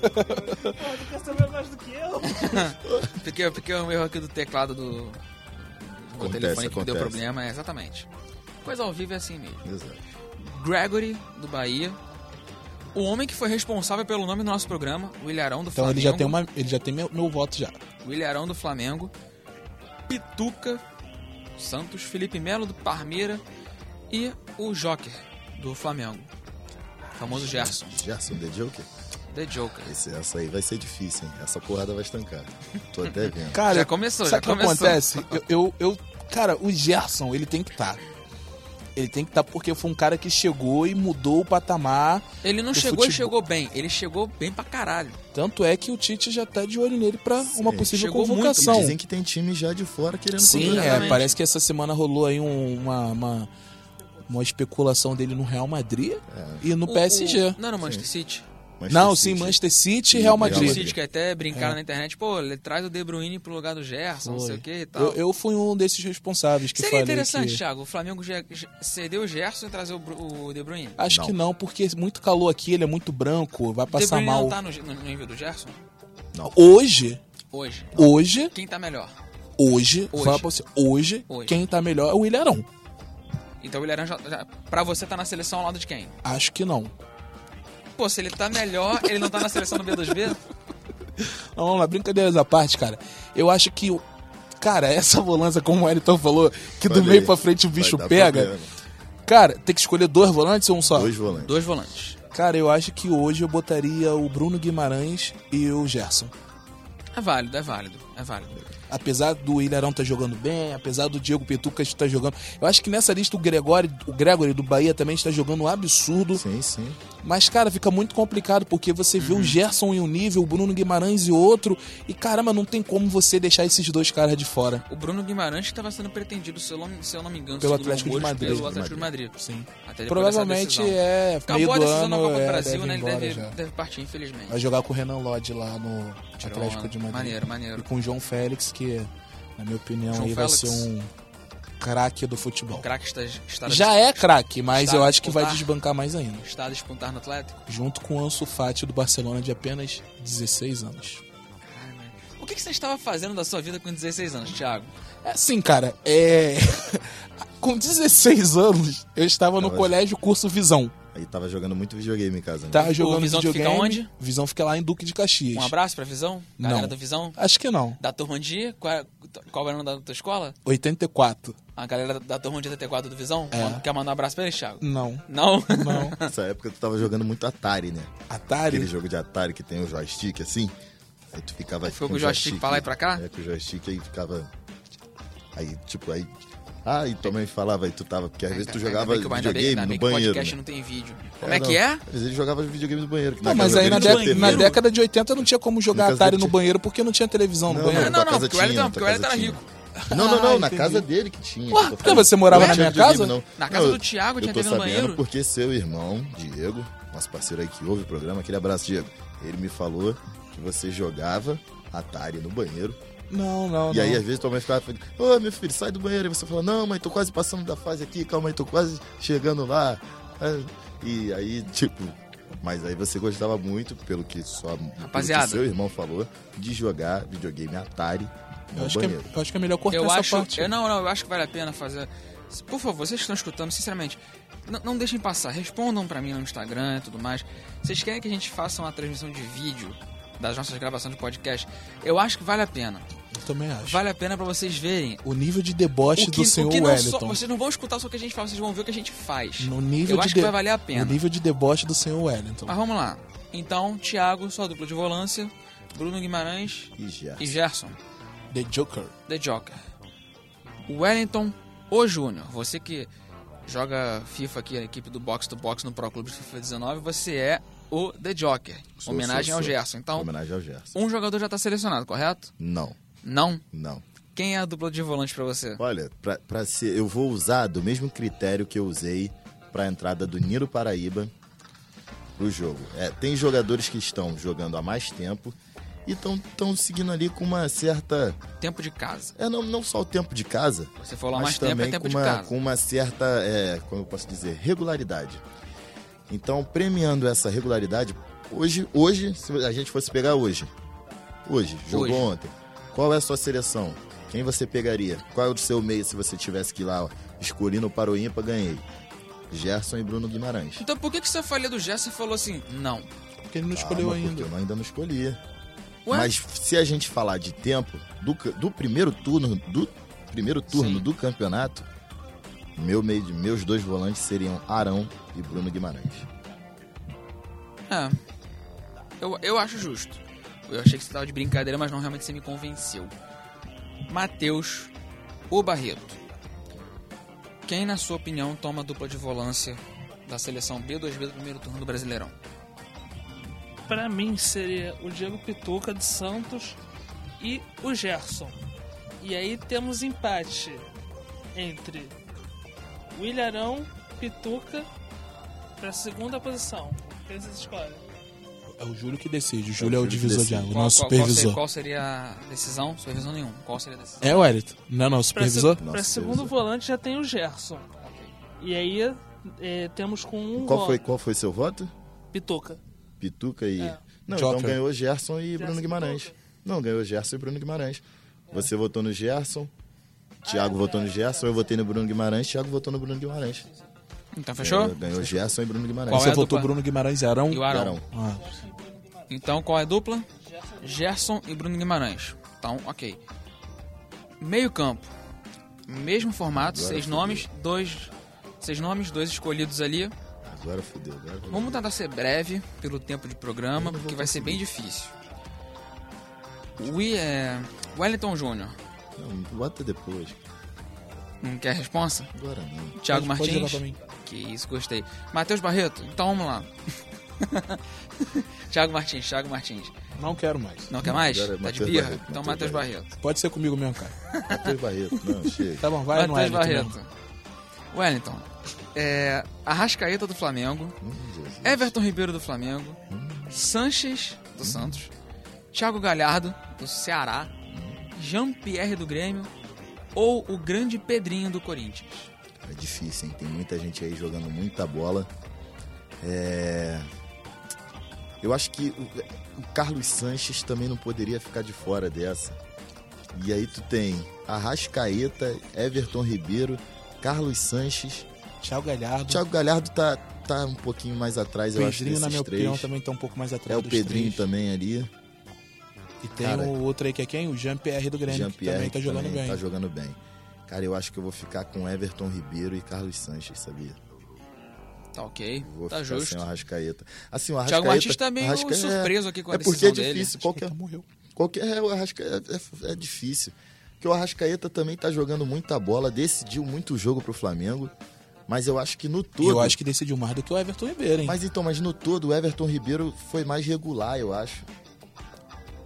Tu quer saber mais do que eu? Fiquei, fiquei um erro aqui do teclado do, do Acontece, telefone que deu acontece. problema. É, exatamente. Coisa ao vivo é assim mesmo. Exato. Gregory, do Bahia. O homem que foi responsável pelo nome do nosso programa, o Ilharão do Então Flamengo. ele já tem, uma, ele já tem meu, meu voto já. O Ilharão do Flamengo. Pituca, Santos. Felipe Melo, do Parmeira. E o Joker, do Flamengo. O famoso Gerson. Gerson, The Joker? The Joker. Esse, essa aí vai ser difícil, hein? Essa porrada vai estancar. Tô até vendo. Cara, Já começou, sabe já o que começou. acontece? Eu, eu, eu- cara, o Gerson, ele tem que estar. Ele tem que estar porque foi um cara que chegou e mudou o patamar. Ele não do chegou e futebol. chegou bem. Ele chegou bem pra caralho. Tanto é que o Tite já tá de olho nele pra uma possível chegou muito. convocação. Dizem que tem time já de fora querendo Sim, contratar. é, Exatamente. parece que essa semana rolou aí um- uma, uma, uma especulação dele no Real Madrid e no O- P S G. o- não, no Manchester City. Manchester Não, sim, City. Manchester City e E Real Real O Madrid. Madrid. City que até brincaram É. na internet, pô, ele traz o De Bruyne pro lugar do Gerson, não sei Foi. o que e tal. Eu, eu fui um desses responsáveis que Seria falei interessante, que... Thiago, o Flamengo ge- ge- ceder o Gerson e trazer o, Bru- o De Bruyne. Acho Não. que não, porque muito calor aqui, ele é muito branco, vai De passar Bruyne mal. não tá no, no nível do Gerson? Hoje, Hoje. hoje, Quem tá melhor? hoje, Hoje. fala pra você, hoje, Hoje. quem tá melhor é o Ilharão. Então o Ilharão já, já, pra você tá na seleção ao lado de quem? Acho que não. Pô, se ele tá melhor, ele não tá na seleção do B dois B? Não, vamos lá, brincadeiras à parte, cara. Eu acho que, o- cara, essa volância, como o Wellington falou, que do Falei, meio pra frente o vai bicho dar pega. problema. Cara, tem que escolher dois volantes ou um só? Dois volantes. Dois volantes. Cara, eu acho que hoje eu botaria o Bruno Guimarães e o Gerson. É válido, é válido, é válido. Apesar do Ilharão tá jogando bem, apesar do Diego Pituca estar jogando... Eu acho que nessa lista o Gregory, o Gregory do Bahia também está jogando um absurdo. Sim, sim. Mas, cara, fica muito complicado porque você vê Uhum. o Gerson em um nível, o Bruno Guimarães em outro. E, caramba, não tem como você deixar esses dois caras de fora. O Bruno Guimarães estava sendo pretendido, se eu não, se eu não me engano, Pelo segundo Atlético de rumores, Madrid. Pelo Atlético de Madrid. Sim. Até depois Provavelmente dessa decisão. é meio Acabou a do decisão ano, da Copa do é, Brasil, deve né? ir Ele embora deve, já. deve partir, infelizmente. Vai jogar com o Renan Lodge lá no Atlético de Madrid. Maneiro, E maneiro. com o João Félix, que, na minha opinião, João aí vai Félix. ser um craque do futebol. O craque está, está, Já é craque, mas Está eu a acho que vai disputar. desbancar mais ainda. está a despontar no Atlético. Junto com o Ansu Fati do Barcelona de apenas dezesseis anos. Caralho, mano. O que, que você estava fazendo da sua vida com dezesseis anos, Thiago? É assim, cara, é... com dezesseis anos, eu estava no Tava- colégio curso Visão. Aí tava jogando muito videogame em casa, né? Tava jogando Visão videogame. fica onde? Visão fica lá em Duque de Caxias. Um abraço pra Visão? Galera Não. do Visão? Acho que não. Da turma de... Qual, é- qual era o nome da tua escola? oitenta e quatro. A galera da turma de oitenta e quatro do Visão? É. Manda- Quer mandar um abraço pra eles, Thiago? Não, Não? não. Nessa época tu tava jogando muito Atari, né? Atari? Aquele jogo de Atari que tem o joystick assim. Aí tu ficava Aí foi com com o joystick pra lá e pra cá? É, com o joystick aí ficava. Aí, tipo, aí. Ah, e também falava, aí tu tava. Porque às vezes tu Ainda- jogava ainda bem que- ainda bem- videogame ainda bem no que o banheiro. podcast né? não tem vídeo. Como é, que é? Às vezes ele jogava videogame no banheiro. que Não, na mas casa aí na, dele dé- tinha na T V. década de oitenta não tinha como jogar Na casa Atari dele no tinha- banheiro porque não tinha televisão no Não, banheiro. Não, não, tua não, casa porque o Wellington, tinha, porque o tua Wellington era casa rico. Não, não, não, Ah, na entendi. casa dele que tinha. Ué, que eu tô porque falando. você morava Não na tinha minha casa? videogame, não. Na casa Não, do Thiago eu tinha tô T V no sabendo banheiro. porque seu irmão, Diego, nosso parceiro aí que ouve o programa, aquele abraço, Diego. Ele me falou que você jogava Atari no banheiro. Não, não, E não. aí, às vezes, tua mãe ficava falando, ô, meu filho, sai do banheiro. E você fala, não, mãe, tô quase passando da fase aqui, calma aí, tô quase chegando lá. E aí, tipo... Mas aí você gostava muito, pelo que só Rapaziada. pelo que seu irmão falou, de jogar videogame Atari no Eu acho, que é, banheiro. eu acho que é melhor cortar Eu essa acho, parte. eu não, não, eu acho que vale a pena fazer. Por favor, vocês que estão escutando, sinceramente, n- não deixem passar, respondam pra mim no Instagram e tudo mais. Vocês querem que a gente faça uma transmissão de vídeo das nossas gravações de podcast? Eu acho que vale a pena. Eu também acho. Vale a pena pra vocês verem. O nível de deboche O que, do senhor o que não Wellington. só, vocês não vão escutar só o que a gente fala, vocês vão ver o que a gente faz. No nível eu de acho de- que vai valer a pena. O nível de deboche do senhor Wellington. Mas vamos lá. Então, Thiago, sua dupla de volância, Bruno Guimarães E já. e Gerson. The Joker. The Joker. Wellington ou Júnior, você que joga FIFA aqui, a equipe do Box to Box no Pro Clube FIFA dezenove, você é o The Joker. Sou, homenagem sou, ao sou. Gerson. Então, Homenagem ao Gerson. um jogador já está selecionado, correto? Não, Não? não. Quem é a dupla de volante pra você? Olha, pra, pra ser, eu vou usar do mesmo critério que eu usei pra entrada do Niro Paraíba pro jogo. É, tem jogadores que estão jogando há mais tempo e estão seguindo ali com uma certa... Tempo de casa. É, não, não só o tempo de casa, Você falou há mas mais tempo, também é tempo com, de uma, casa. com uma certa, é, como eu posso dizer, regularidade. Então, premiando essa regularidade, hoje, hoje, se a gente fosse pegar hoje, hoje, jogou Hoje. ontem, qual é a sua seleção? Quem você pegaria? Qual é o seu meio se você tivesse que ir lá, ó, escolhendo para o ímpar, ganhei? Gerson e Bruno Guimarães. Então por que, que você falou do Gerson e falou assim, não? Porque ele não escolheu Calma, ainda. porque eu ainda não escolhi. Ué? Mas se a gente falar de tempo, do, ca- do primeiro turno, do primeiro turno Sim. do campeonato, meu meio, de- meus dois volantes seriam Arão e Bruno Guimarães. É. Eu, eu acho justo. Eu achei que você tava de brincadeira, mas não, realmente você me convenceu. Matheus ou Barreto? Quem, na sua opinião, toma a dupla de volância da seleção B dois B do primeiro turno do Brasileirão? Pra mim seria o Diego Pituca de Santos e o Gerson. E aí temos empate entre o Ilharão, Pituca pra segunda posição. Quem vocês escolhem? É o Júlio que decide. O Júlio é o Júlio que divisor de decide. água, o Qual, nosso qual- qual supervisor. seria, qual seria a decisão? Supervisão nenhum. Qual seria a decisão? É o Wellington. Não, não, o Pra, supervisor? se- Nosso pra segundo supervisor. volante já tem o Gerson. E aí é, temos com um Qual voto. foi, qual foi seu voto? Pituca. Pituca e... É. Não, Joker. então ganhou Gerson e Gerson Bruno e Guimarães. Pituca. Não, ganhou Gerson e Bruno Guimarães. Você votou no Gerson, Thiago Ah, é, votou no é, Gerson, eu votei no Bruno Guimarães, Thiago votou no Bruno Guimarães. Então, fechou? Ganhou, ganhou Gerson e Bruno Guimarães. Qual Você é a votou dupla? Bruno Guimarães e Arão? E o Arão. Arão. Ah, Então, qual é a dupla? Gerson e Bruno Guimarães. Então, ok. Meio campo. Mesmo formato, Agora seis fudeu. nomes, dois... Seis nomes, dois escolhidos ali. Agora fodeu, agora fodeu. Vamos tentar ser breve pelo tempo de programa, porque vai ser bem difícil. O I é... Wellington Júnior. Não, bota depois. Não quer a responsa? Agora não. Thiago pode, pode jogar Martins. pra mim. Que isso, gostei. Matheus Barreto, então vamos lá. Thiago Martins, Thiago Martins. Não quero mais. Não quer mais? Agora é Tá de Matheus birra? Barreto, Então Matheus Matheus Barreto. Pode ser comigo mesmo, cara. Matheus Barreto. Não, chega. Tá bom, vai no Matheus Wellington. Barreto. mesmo. Wellington. É... Arrascaeta do Flamengo. Hum, Jesus. Everton Ribeiro do Flamengo. Sanches do Santos. Thiago Galhardo do Ceará. Jean-Pierre do Grêmio. Ou o grande Pedrinho do Corinthians. É difícil, hein? Tem muita gente aí jogando muita bola. É... Eu acho que o, o Carlos Sanches também não poderia ficar de fora dessa. E aí tu tem Arrascaeta, Everton Ribeiro, Carlos Sanches. Thiago Galhardo. Thiago Galhardo tá, tá um pouquinho mais atrás, eu acho, Pedrinho, desses na minha três. opinião, também tá um pouco mais atrás É o dos Pedrinho três. também ali. E tem Cara, o outro aí que é quem? O Jean-Pierre do Grêmio, que Jean-Pierre também tá que jogando também bem. tá jogando bem. Cara, eu acho que eu vou ficar com Everton Ribeiro e Carlos Sanches, sabia? Tá ok, Vou tá ficar justo. sem o Arrascaeta. Assim, o Arrascaeta... Thiago Martins tá meio Arrasca- surpreso aqui com a É porque decisão é dele. difícil. Acho Qualquer, que ele morreu. qualquer, é, o Arrascaeta é, é difícil. Porque o Arrascaeta também tá jogando muita bola, decidiu muito jogo pro Flamengo. Mas eu acho que no E todo... eu acho que decidiu mais do que o Everton Ribeiro, hein? Mas então, mas no todo, o Everton Ribeiro foi mais regular, eu acho.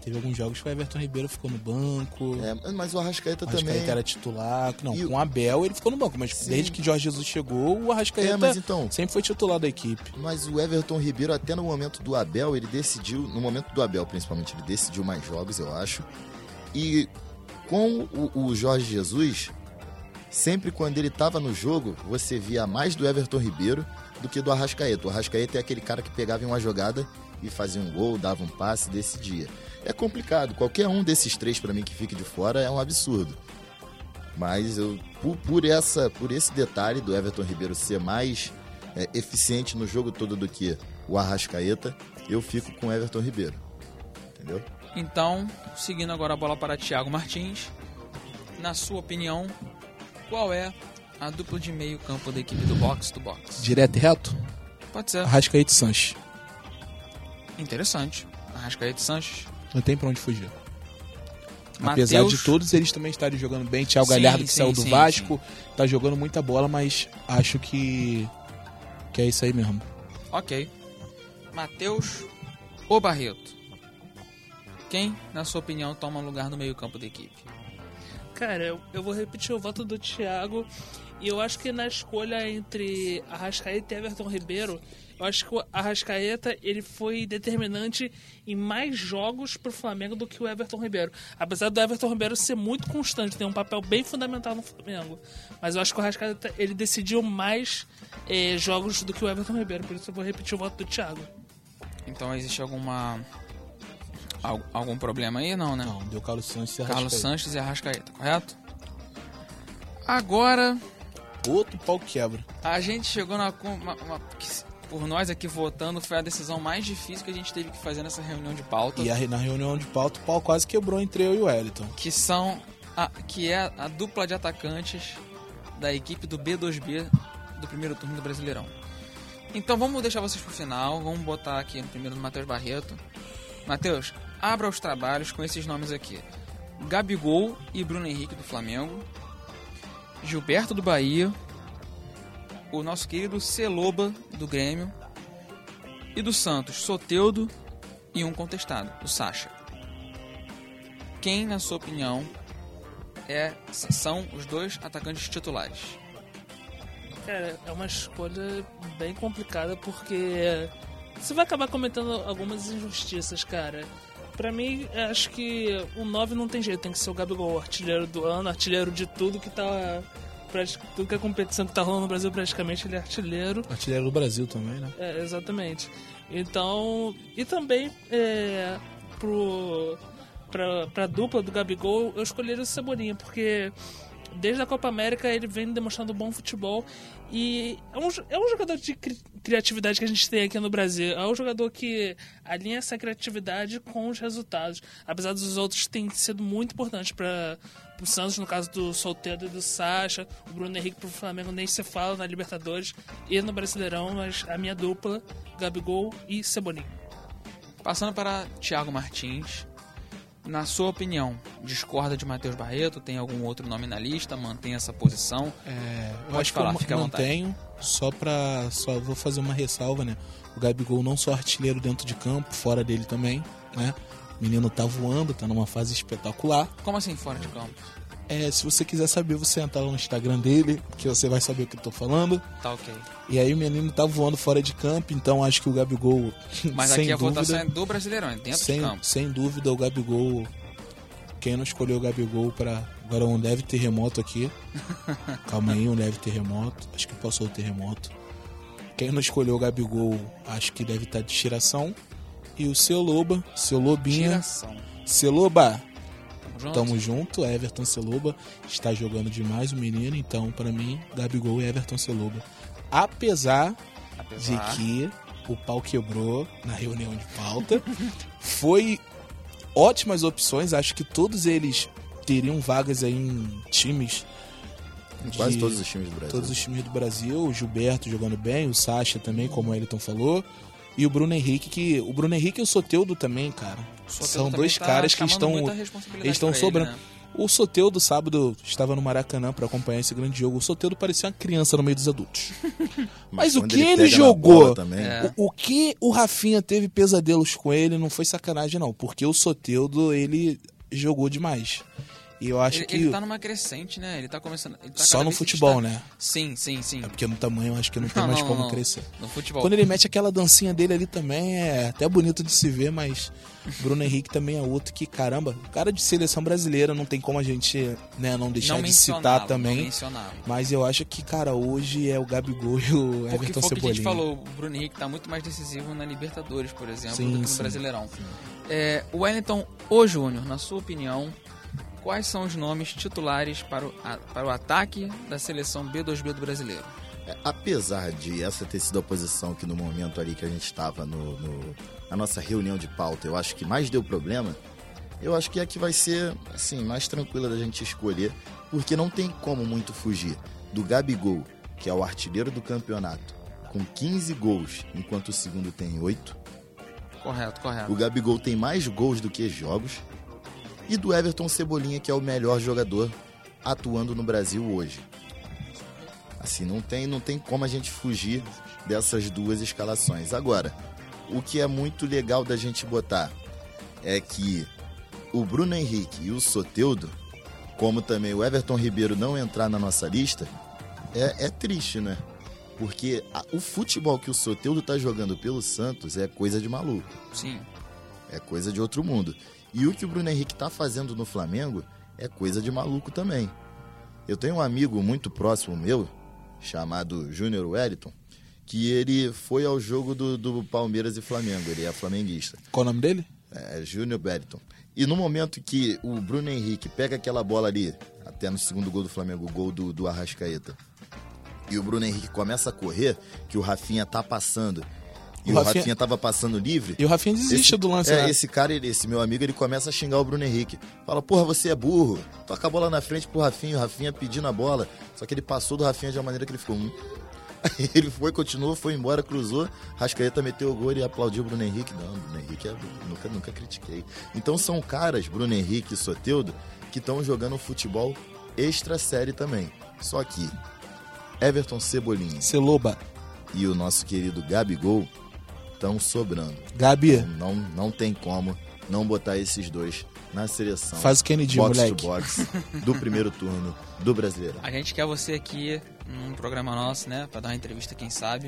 Teve alguns jogos que o Everton Ribeiro ficou no banco. É, mas o Arrascaeta, O Arrascaeta também... era titular. Não, E com o- o Abel ele ficou no banco, mas Sim. desde que Jorge Jesus chegou, o Arrascaeta É, mas então... sempre foi titular da equipe. Mas o Everton Ribeiro, até no momento do Abel, ele decidiu... No momento do Abel, principalmente, ele decidiu mais jogos, eu acho. E com o, o Jorge Jesus, sempre quando ele estava no jogo, você via mais do Everton Ribeiro do que do Arrascaeta. O Arrascaeta é aquele cara que pegava em uma jogada e fazia um gol, dava um passe, decidia. É complicado. Qualquer um desses três, para mim, que fique de fora é um absurdo. Mas eu, por, por, essa, por esse detalhe do Everton Ribeiro ser mais é, eficiente no jogo todo do que o Arrascaeta, eu fico com o Everton Ribeiro. Entendeu? Então, seguindo agora a bola para Thiago Martins, na sua opinião, qual é a dupla de meio campo da equipe do Box to Box? Direto e reto, Pode ser. Arrascaeta e Sanches. Interessante. Arrascaeta e Sanches. Não tem pra onde fugir. Apesar Mateus- de todos eles também estarem jogando bem. Thiago Sim, Galhardo, que sim, saiu do sim, Vasco, tá jogando muita bola, mas acho que, que é isso aí mesmo. Ok. Matheus ou Barreto? Quem, na sua opinião, toma lugar no meio campo da equipe? Cara, eu, eu vou repetir o voto do Thiago. E eu acho que na escolha entre Arrascaeta e Everton Ribeiro, eu acho que o Arrascaeta ele foi determinante em mais jogos pro Flamengo do que o Everton Ribeiro. Apesar do Everton Ribeiro ser muito constante, ter um papel bem fundamental no Flamengo. Mas eu acho que o Arrascaeta ele decidiu mais eh, jogos do que o Everton Ribeiro. Por isso eu vou repetir o voto do Thiago. Então existe alguma... al- algum problema aí? Não, né? Não, deu Carlos Sanches e Carlos Arrascaeta. Sanches e Arrascaeta, correto? Agora, Outro pau quebra. a gente chegou na... com- uma- uma- que, por nós aqui votando, foi a decisão mais difícil que a gente teve que fazer nessa reunião de pauta. E a- na reunião de pauta, o pau quase quebrou entre eu e o Wellington. Que são... A, que é a dupla de atacantes da equipe do B dois B do primeiro turno do Brasileirão. Então vamos deixar vocês pro final. Vamos botar aqui no primeiro do Matheus Barreto. Matheus, abra os trabalhos com esses nomes aqui: Gabigol e Bruno Henrique do Flamengo, Gilberto do Bahia, o nosso querido Celoba do Grêmio e do Santos, Soteldo e um contestado, o Sacha. Quem, na sua opinião, é, são os dois atacantes titulares? Cara, é uma escolha bem complicada porque você vai acabar cometendo algumas injustiças, cara. Pra mim, eu acho que o nove não tem jeito, tem que ser o Gabigol, artilheiro do ano, artilheiro de tudo que tá. prati- Tudo que é competição que tá rolando no Brasil, praticamente ele é artilheiro. Artilheiro do Brasil também, né? É, exatamente. Então, e também é, pro, pra, pra dupla do Gabigol, eu escolheria o Cebolinha, porque desde a Copa América ele vem demonstrando bom futebol e é um, é um jogador de cri- criatividade que a gente tem aqui no Brasil. É um jogador que alinha essa criatividade com os resultados. Apesar dos outros terem sido muito importantes para o Santos, no caso do Soteldo e do Sacha, o Bruno Henrique pro Flamengo nem se fala na Libertadores e no Brasileirão, mas a minha dupla, Gabigol e Cebolinha. Passando para Thiago Martins, na sua opinião, discorda de Matheus Barreto? Tem algum outro nome na lista? Mantém essa posição? É, eu Pode acho falar, que eu fica à vontade. mantenho, só pra. Só vou fazer uma ressalva, né? O Gabigol não só artilheiro dentro de campo, fora dele também, né? O menino tá voando, tá numa fase espetacular. Como assim fora de campo? É, se você quiser saber, você entra lá no Instagram dele, que você vai saber o que eu tô falando. Tá ok. E aí o menino tá voando fora de campo, então acho que o Gabigol, Mas sem aqui a dúvida, votação é do Brasileirão, é dentro sem, de campo. sem dúvida, o Gabigol. Quem não escolheu o Gabigol pra. Agora um leve terremoto aqui. Calma aí, um leve terremoto. Acho que passou o terremoto. Quem não escolheu o Gabigol, acho que deve estar de tiração. E o seu Loba, seu Lobinha. Tiração. Seu Loba, Tamo junto? tamo junto. Everton Celoba está jogando demais o menino. Então, pra mim, Gabigol e Everton Celoba. Apesar Apesar... de que o pau quebrou na reunião de pauta. Foi ótimas opções, acho que todos eles teriam vagas aí em times. Em quase de- todos os times do Brasil. Todos os times do Brasil, o Gilberto jogando bem, o Sacha também, como o Elton falou, e o Bruno Henrique, que o Bruno Henrique e o Soteldo também, cara. Soteldo São também dois tá caras que chamando estão muita responsabilidade eles estão pra sobrando. ele, né? O Soteldo, sábado, estava no Maracanã para acompanhar esse grande jogo. O Soteldo parecia uma criança no meio dos adultos. Mas, Mas o que ele, ele jogou, é. o, o que o Rafinha teve pesadelos com ele não foi sacanagem não, porque o Soteldo, ele jogou demais. E eu acho ele, que... Ele tá numa crescente, né? Ele tá começando... Ele tá Só no futebol, está... né? Sim, sim, sim. É porque no tamanho eu acho que não tem não, mais não, como não. crescer. No futebol. Quando ele mete aquela dancinha dele ali também, é até bonito de se ver, mas Bruno Henrique também é outro que, caramba, cara de seleção brasileira, não tem como a gente, né, não deixar não de citar também. Não mas eu acho que, cara, hoje é o Gabigol e o Everton Porque foi o que a Cebolinha. gente falou, o Bruno Henrique tá muito mais decisivo na Libertadores, por exemplo, sim, do que no sim. Brasileirão. É, o Wellington, ô Júnior, na sua opinião, quais são os nomes titulares para o, a, para o ataque da seleção B dois B do brasileiro? É, apesar de essa ter sido a posição que no momento ali que a gente estava no, no, na nossa reunião de pauta, eu acho que mais deu problema, eu acho que é a que vai ser assim, mais tranquila da gente escolher, porque não tem como muito fugir do Gabigol, que é o artilheiro do campeonato, com quinze gols, enquanto o segundo tem oito. Correto, correto. O Gabigol tem mais gols do que jogos. E do Everton Cebolinha, que é o melhor jogador atuando no Brasil hoje. Assim, não tem, não tem como a gente fugir dessas duas escalações. Agora, o que é muito legal da gente botar é que o Bruno Henrique e o Soteldo, como também o Everton Ribeiro não entrar na nossa lista, é, é triste, né? Porque a, o futebol que o Soteldo tá jogando pelo Santos é coisa de maluco. Sim. É coisa de outro mundo. E o que o Bruno Henrique tá fazendo no Flamengo é coisa de maluco também. Eu tenho um amigo muito próximo meu, chamado Júnior Wellington, que ele foi ao jogo do, do Palmeiras e Flamengo. Ele é flamenguista. Qual o nome dele? É Júnior Wellington. E no momento que o Bruno Henrique pega aquela bola ali, até no segundo gol do Flamengo, o gol do, do Arrascaeta, e o Bruno Henrique começa a correr, que o Rafinha tá passando, e o, o Rafinha... Rafinha tava passando livre. E o Rafinha desiste esse, do lance. É, né? esse cara, esse meu amigo, ele começa a xingar o Bruno Henrique. Fala, porra, você é burro. Toca a bola na frente pro Rafinha, o Rafinha pedindo a bola. Só que ele passou do Rafinha de uma maneira que ele ficou... Hum. Aí ele foi, continuou, foi embora, cruzou. Rascaeta meteu o gol e aplaudiu o Bruno Henrique. Não, Bruno Henrique, é, nunca, nunca critiquei. Então são caras, Bruno Henrique e Soteldo, que estão jogando futebol extra série também. Só que Everton Cebolinha Celoba e o nosso querido Gabigol estão sobrando. Gabi. Não, não, não tem como não botar esses dois na seleção. Faz o Kennedy, box moleque. to box do primeiro turno do Brasileiro. A gente quer você aqui num programa nosso, né? Pra dar uma entrevista, quem sabe.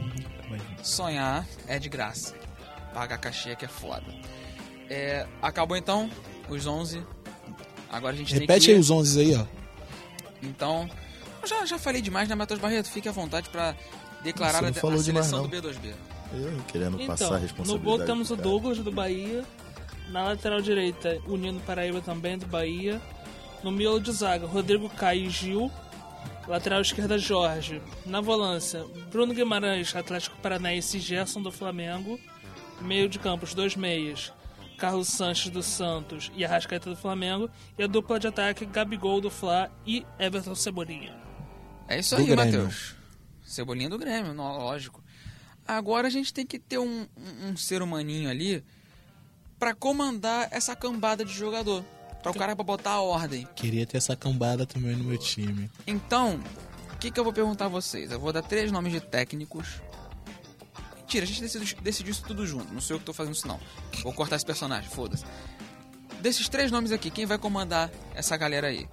Sonhar é de graça. Paga a cachê que é foda. É, acabou então os onze. Agora a gente Repete tem que... aí os onze aí, ó. Então, eu já, já falei demais, né, Matheus Barreto? Fique à vontade pra declarar Você não a, falou a demais, seleção não. do B dois B. Eu querendo Então, passar a no responsabilidade. gol temos o pro cara. Douglas do Bahia. Na lateral direita, o Nino Paraíba também do Bahia. No miolo de zaga, Rodrigo Caio e Gil. Lateral esquerda, Jorge. Na volância, Bruno Guimarães, Atlético Paranaense e Gerson do Flamengo. Meio de campo, os dois meias, Carlos Sanches do Santos e Arrascaeta do Flamengo. E a dupla de ataque, Gabigol do Fla e Everton Cebolinha. É isso Do aí, Grêmio. Matheus. Cebolinha do Grêmio, não, lógico. Agora a gente tem que ter um, um, um ser humaninho ali pra comandar essa cambada de jogador. Pra o cara pra botar a ordem. Queria ter essa cambada também no meu time. Então, o que, que eu vou perguntar a vocês? Eu vou dar três nomes de técnicos. Mentira, a gente decidiu, decidiu isso tudo junto. Não sou eu que tô fazendo isso, não. Vou cortar esse personagem, foda-se. Desses três nomes aqui, quem vai comandar essa galera aí?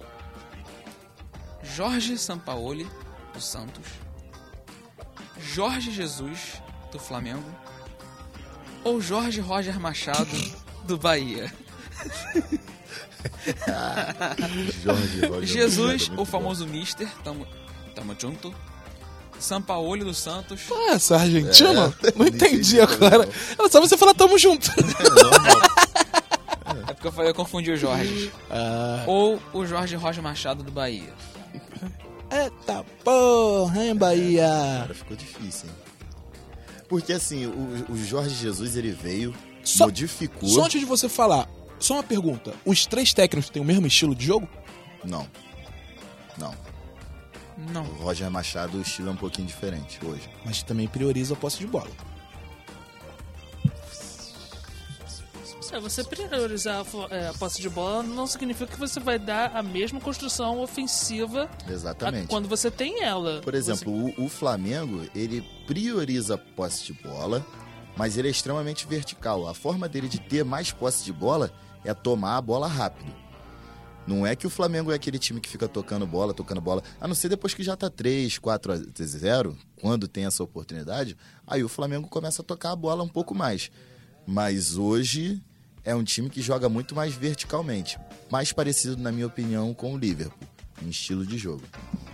Jorge Sampaoli, do Santos. Jorge Jesus, do Flamengo. Ou Jorge Roger Machado, do Bahia. Jorge, Roger, Jesus, muito o bom. famoso Mister, tamo, tamo junto. Sampaoli do Santos. Ah, essa Argentina? É, não entendi entendi agora. também Era só você falar tamo junto. É porque eu falei, eu confundi o Jorge. Ah, Ou o Jorge Roger Machado do Bahia. eita porra, hein, Bahia? Cara, ficou difícil, hein? Porque assim, o, o Jorge Jesus, ele veio, Só- modificou... Só antes de você falar, só uma pergunta. Os três técnicos têm o mesmo estilo de jogo? Não. Não. Não. O Roger Machado, o estilo é um pouquinho diferente hoje. Mas também prioriza a posse de bola. É, você priorizar a fo- é, a posse de bola não significa que você vai dar a mesma construção ofensiva a- Exatamente. quando você tem ela. Por exemplo, o, o Flamengo, ele prioriza a posse de bola, mas ele é extremamente vertical. A forma dele de ter mais posse de bola é tomar a bola rápido. Não é que o Flamengo é aquele time que fica tocando bola, tocando bola, a não ser depois que já tá três, quatro a zero, quando tem essa oportunidade, aí o Flamengo começa a tocar a bola um pouco mais. Mas hoje é um time que joga muito mais verticalmente, mais parecido, na minha opinião, com o Liverpool, em estilo de jogo.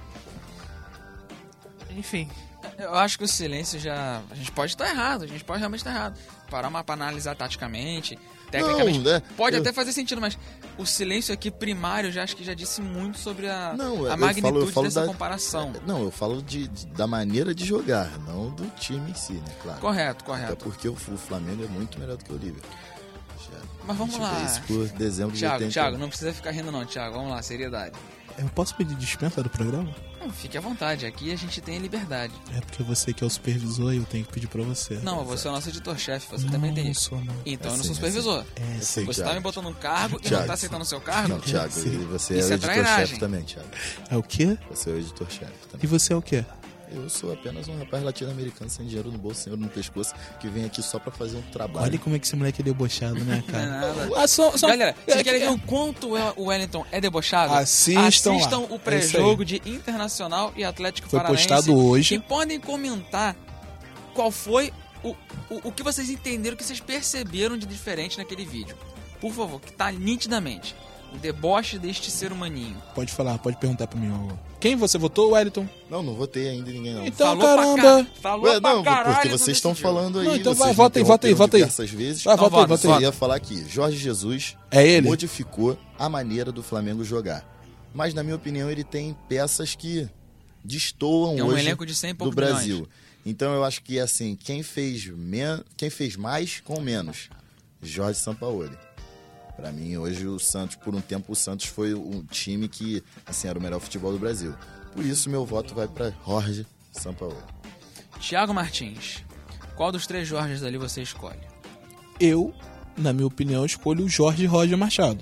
Enfim, Eu acho que o silêncio já... A gente pode estar errado, a gente pode realmente estar errado. Parar uma pra analisar taticamente, tecnicamente. Não, né? Pode Eu- até fazer sentido, mas o silêncio aqui primário, eu já acho que já disse muito sobre a, Não, eu a magnitude falo- eu falo dessa da- comparação. Não, eu falo de, de- da maneira de jogar, não do time em si, né? Claro. Correto, Até correto. porque o, o Flamengo é muito melhor do que o Liverpool. Já- Mas vamos a gente lá. vê isso por dezembro de Thiago, oitenta. Thiago, não precisa ficar rindo não, Thiago. Vamos lá, seriedade. Eu posso pedir dispensa do programa? Não, fique à vontade, aqui a gente tem a liberdade. É porque você que é o supervisor e eu tenho que pedir pra você. Não, você é o nosso editor-chefe, você não, também tem não isso. sou, não. Então eu não É sou sim, supervisor. É, Eu sim. sei, Você tá Thiago. me botando no cargo e não Thiago. tá aceitando o seu cargo? Não, Thiago, Sim. você Isso é é o trairagem. editor-chefe também, Thiago. É o quê? Você é o editor-chefe E também. você é o quê? Eu sou apenas um rapaz latino-americano sem dinheiro no bolso, sem ouro no pescoço, que vem aqui só pra fazer um trabalho. Olha como é que esse moleque é debochado, né, Não é cara? nada. Ah, só- só- Galera, vocês é, querem é- ver o quanto o Wellington é debochado? Assistam lá. Assistam É o isso pré-jogo aí. de Internacional e Atlético Foi Paranaense. postado hoje. E podem comentar qual foi o, o, o que vocês entenderam, o que vocês perceberam de diferente naquele vídeo. Por favor, que tá nitidamente. O deboche deste ser humaninho. Pode falar, pode perguntar pra mim. ó. Quem você votou, Wellington? Não, não votei ainda em ninguém, não. Então, Falou pra caramba. ca- Falou Ué, pra não, caralho, porque não vocês estão decidiu. falando aí, Não, então vocês vai, vota aí, vota aí, interromperam vota aí. diversas vezes. Vai, vota aí, vota, vota Eu aí. ia falar aqui, Jorge Jesus É ele? modificou a maneira do Flamengo jogar. Mas, na minha opinião, ele tem peças que destoam Tem um hoje elenco de cem e do poucos Brasil. milhões. Então, eu acho que, assim, quem fez, men... quem fez mais com menos? Jorge Sampaoli. Pra mim, hoje, o Santos, por um tempo, o Santos foi um time que, assim, era o melhor futebol do Brasil. Por isso, meu voto vai pra Jorge Sampaoli. Thiago Martins, qual dos três Jorges ali você escolhe? Eu, na minha opinião, escolho o Jorge Roger Machado.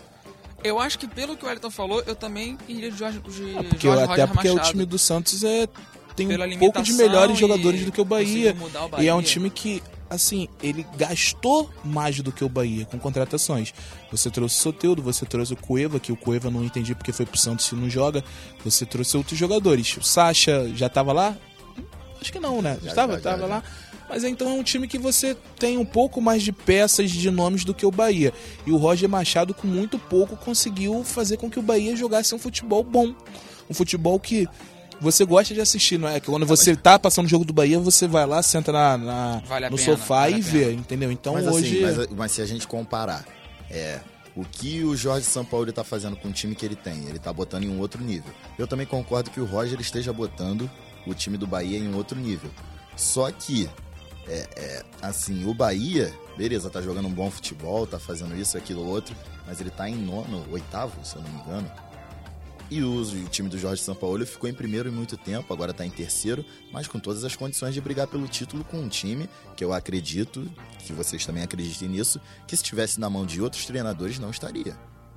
Eu acho que pelo que o Wellington falou, eu também iria de Jorge, de Porque, Jorge até Roger porque Machado. o time do Santos é, tem Pela um pouco de limitação melhores e jogadores do que o Bahia. conseguiu mudar o E Bahia. é um time que, assim, ele gastou mais do que o Bahia com contratações. Você trouxe o Soteldo, você trouxe o Cueva, que o Cueva não entendi porque foi pro Santos e não joga. Você trouxe outros jogadores. O Sacha já tava lá? Acho que não, né? Já, Estava, já, estava já, lá. Mas então é um time que você tem um pouco mais de peças, de nomes do que o Bahia. E o Roger Machado, com muito pouco, conseguiu fazer com que o Bahia jogasse um futebol bom. Um futebol que você gosta de assistir, não é? Que quando você tá passando o jogo do Bahia, você vai lá, senta na, na- Vale a no pena, sofá vale a e pena. vê, entendeu? Então mas, hoje... assim, mas, mas se a gente comparar é, o que o Jorge Sampaoli tá fazendo com o time que ele tem, ele tá botando em um outro nível. Eu também concordo que o Roger esteja botando o time do Bahia em um outro nível. Só que, é, é, assim, o Bahia, beleza, tá jogando um bom futebol, tá fazendo isso, aquilo, outro, mas ele tá em nono, oitavo, se eu não me engano. E o, o time do Jorge Sampaoli ficou em primeiro em muito tempo, agora tá em terceiro, mas com todas as condições de brigar pelo título com um time que eu acredito, que vocês também acreditem nisso, que se estivesse na mão de outros treinadores não estaria.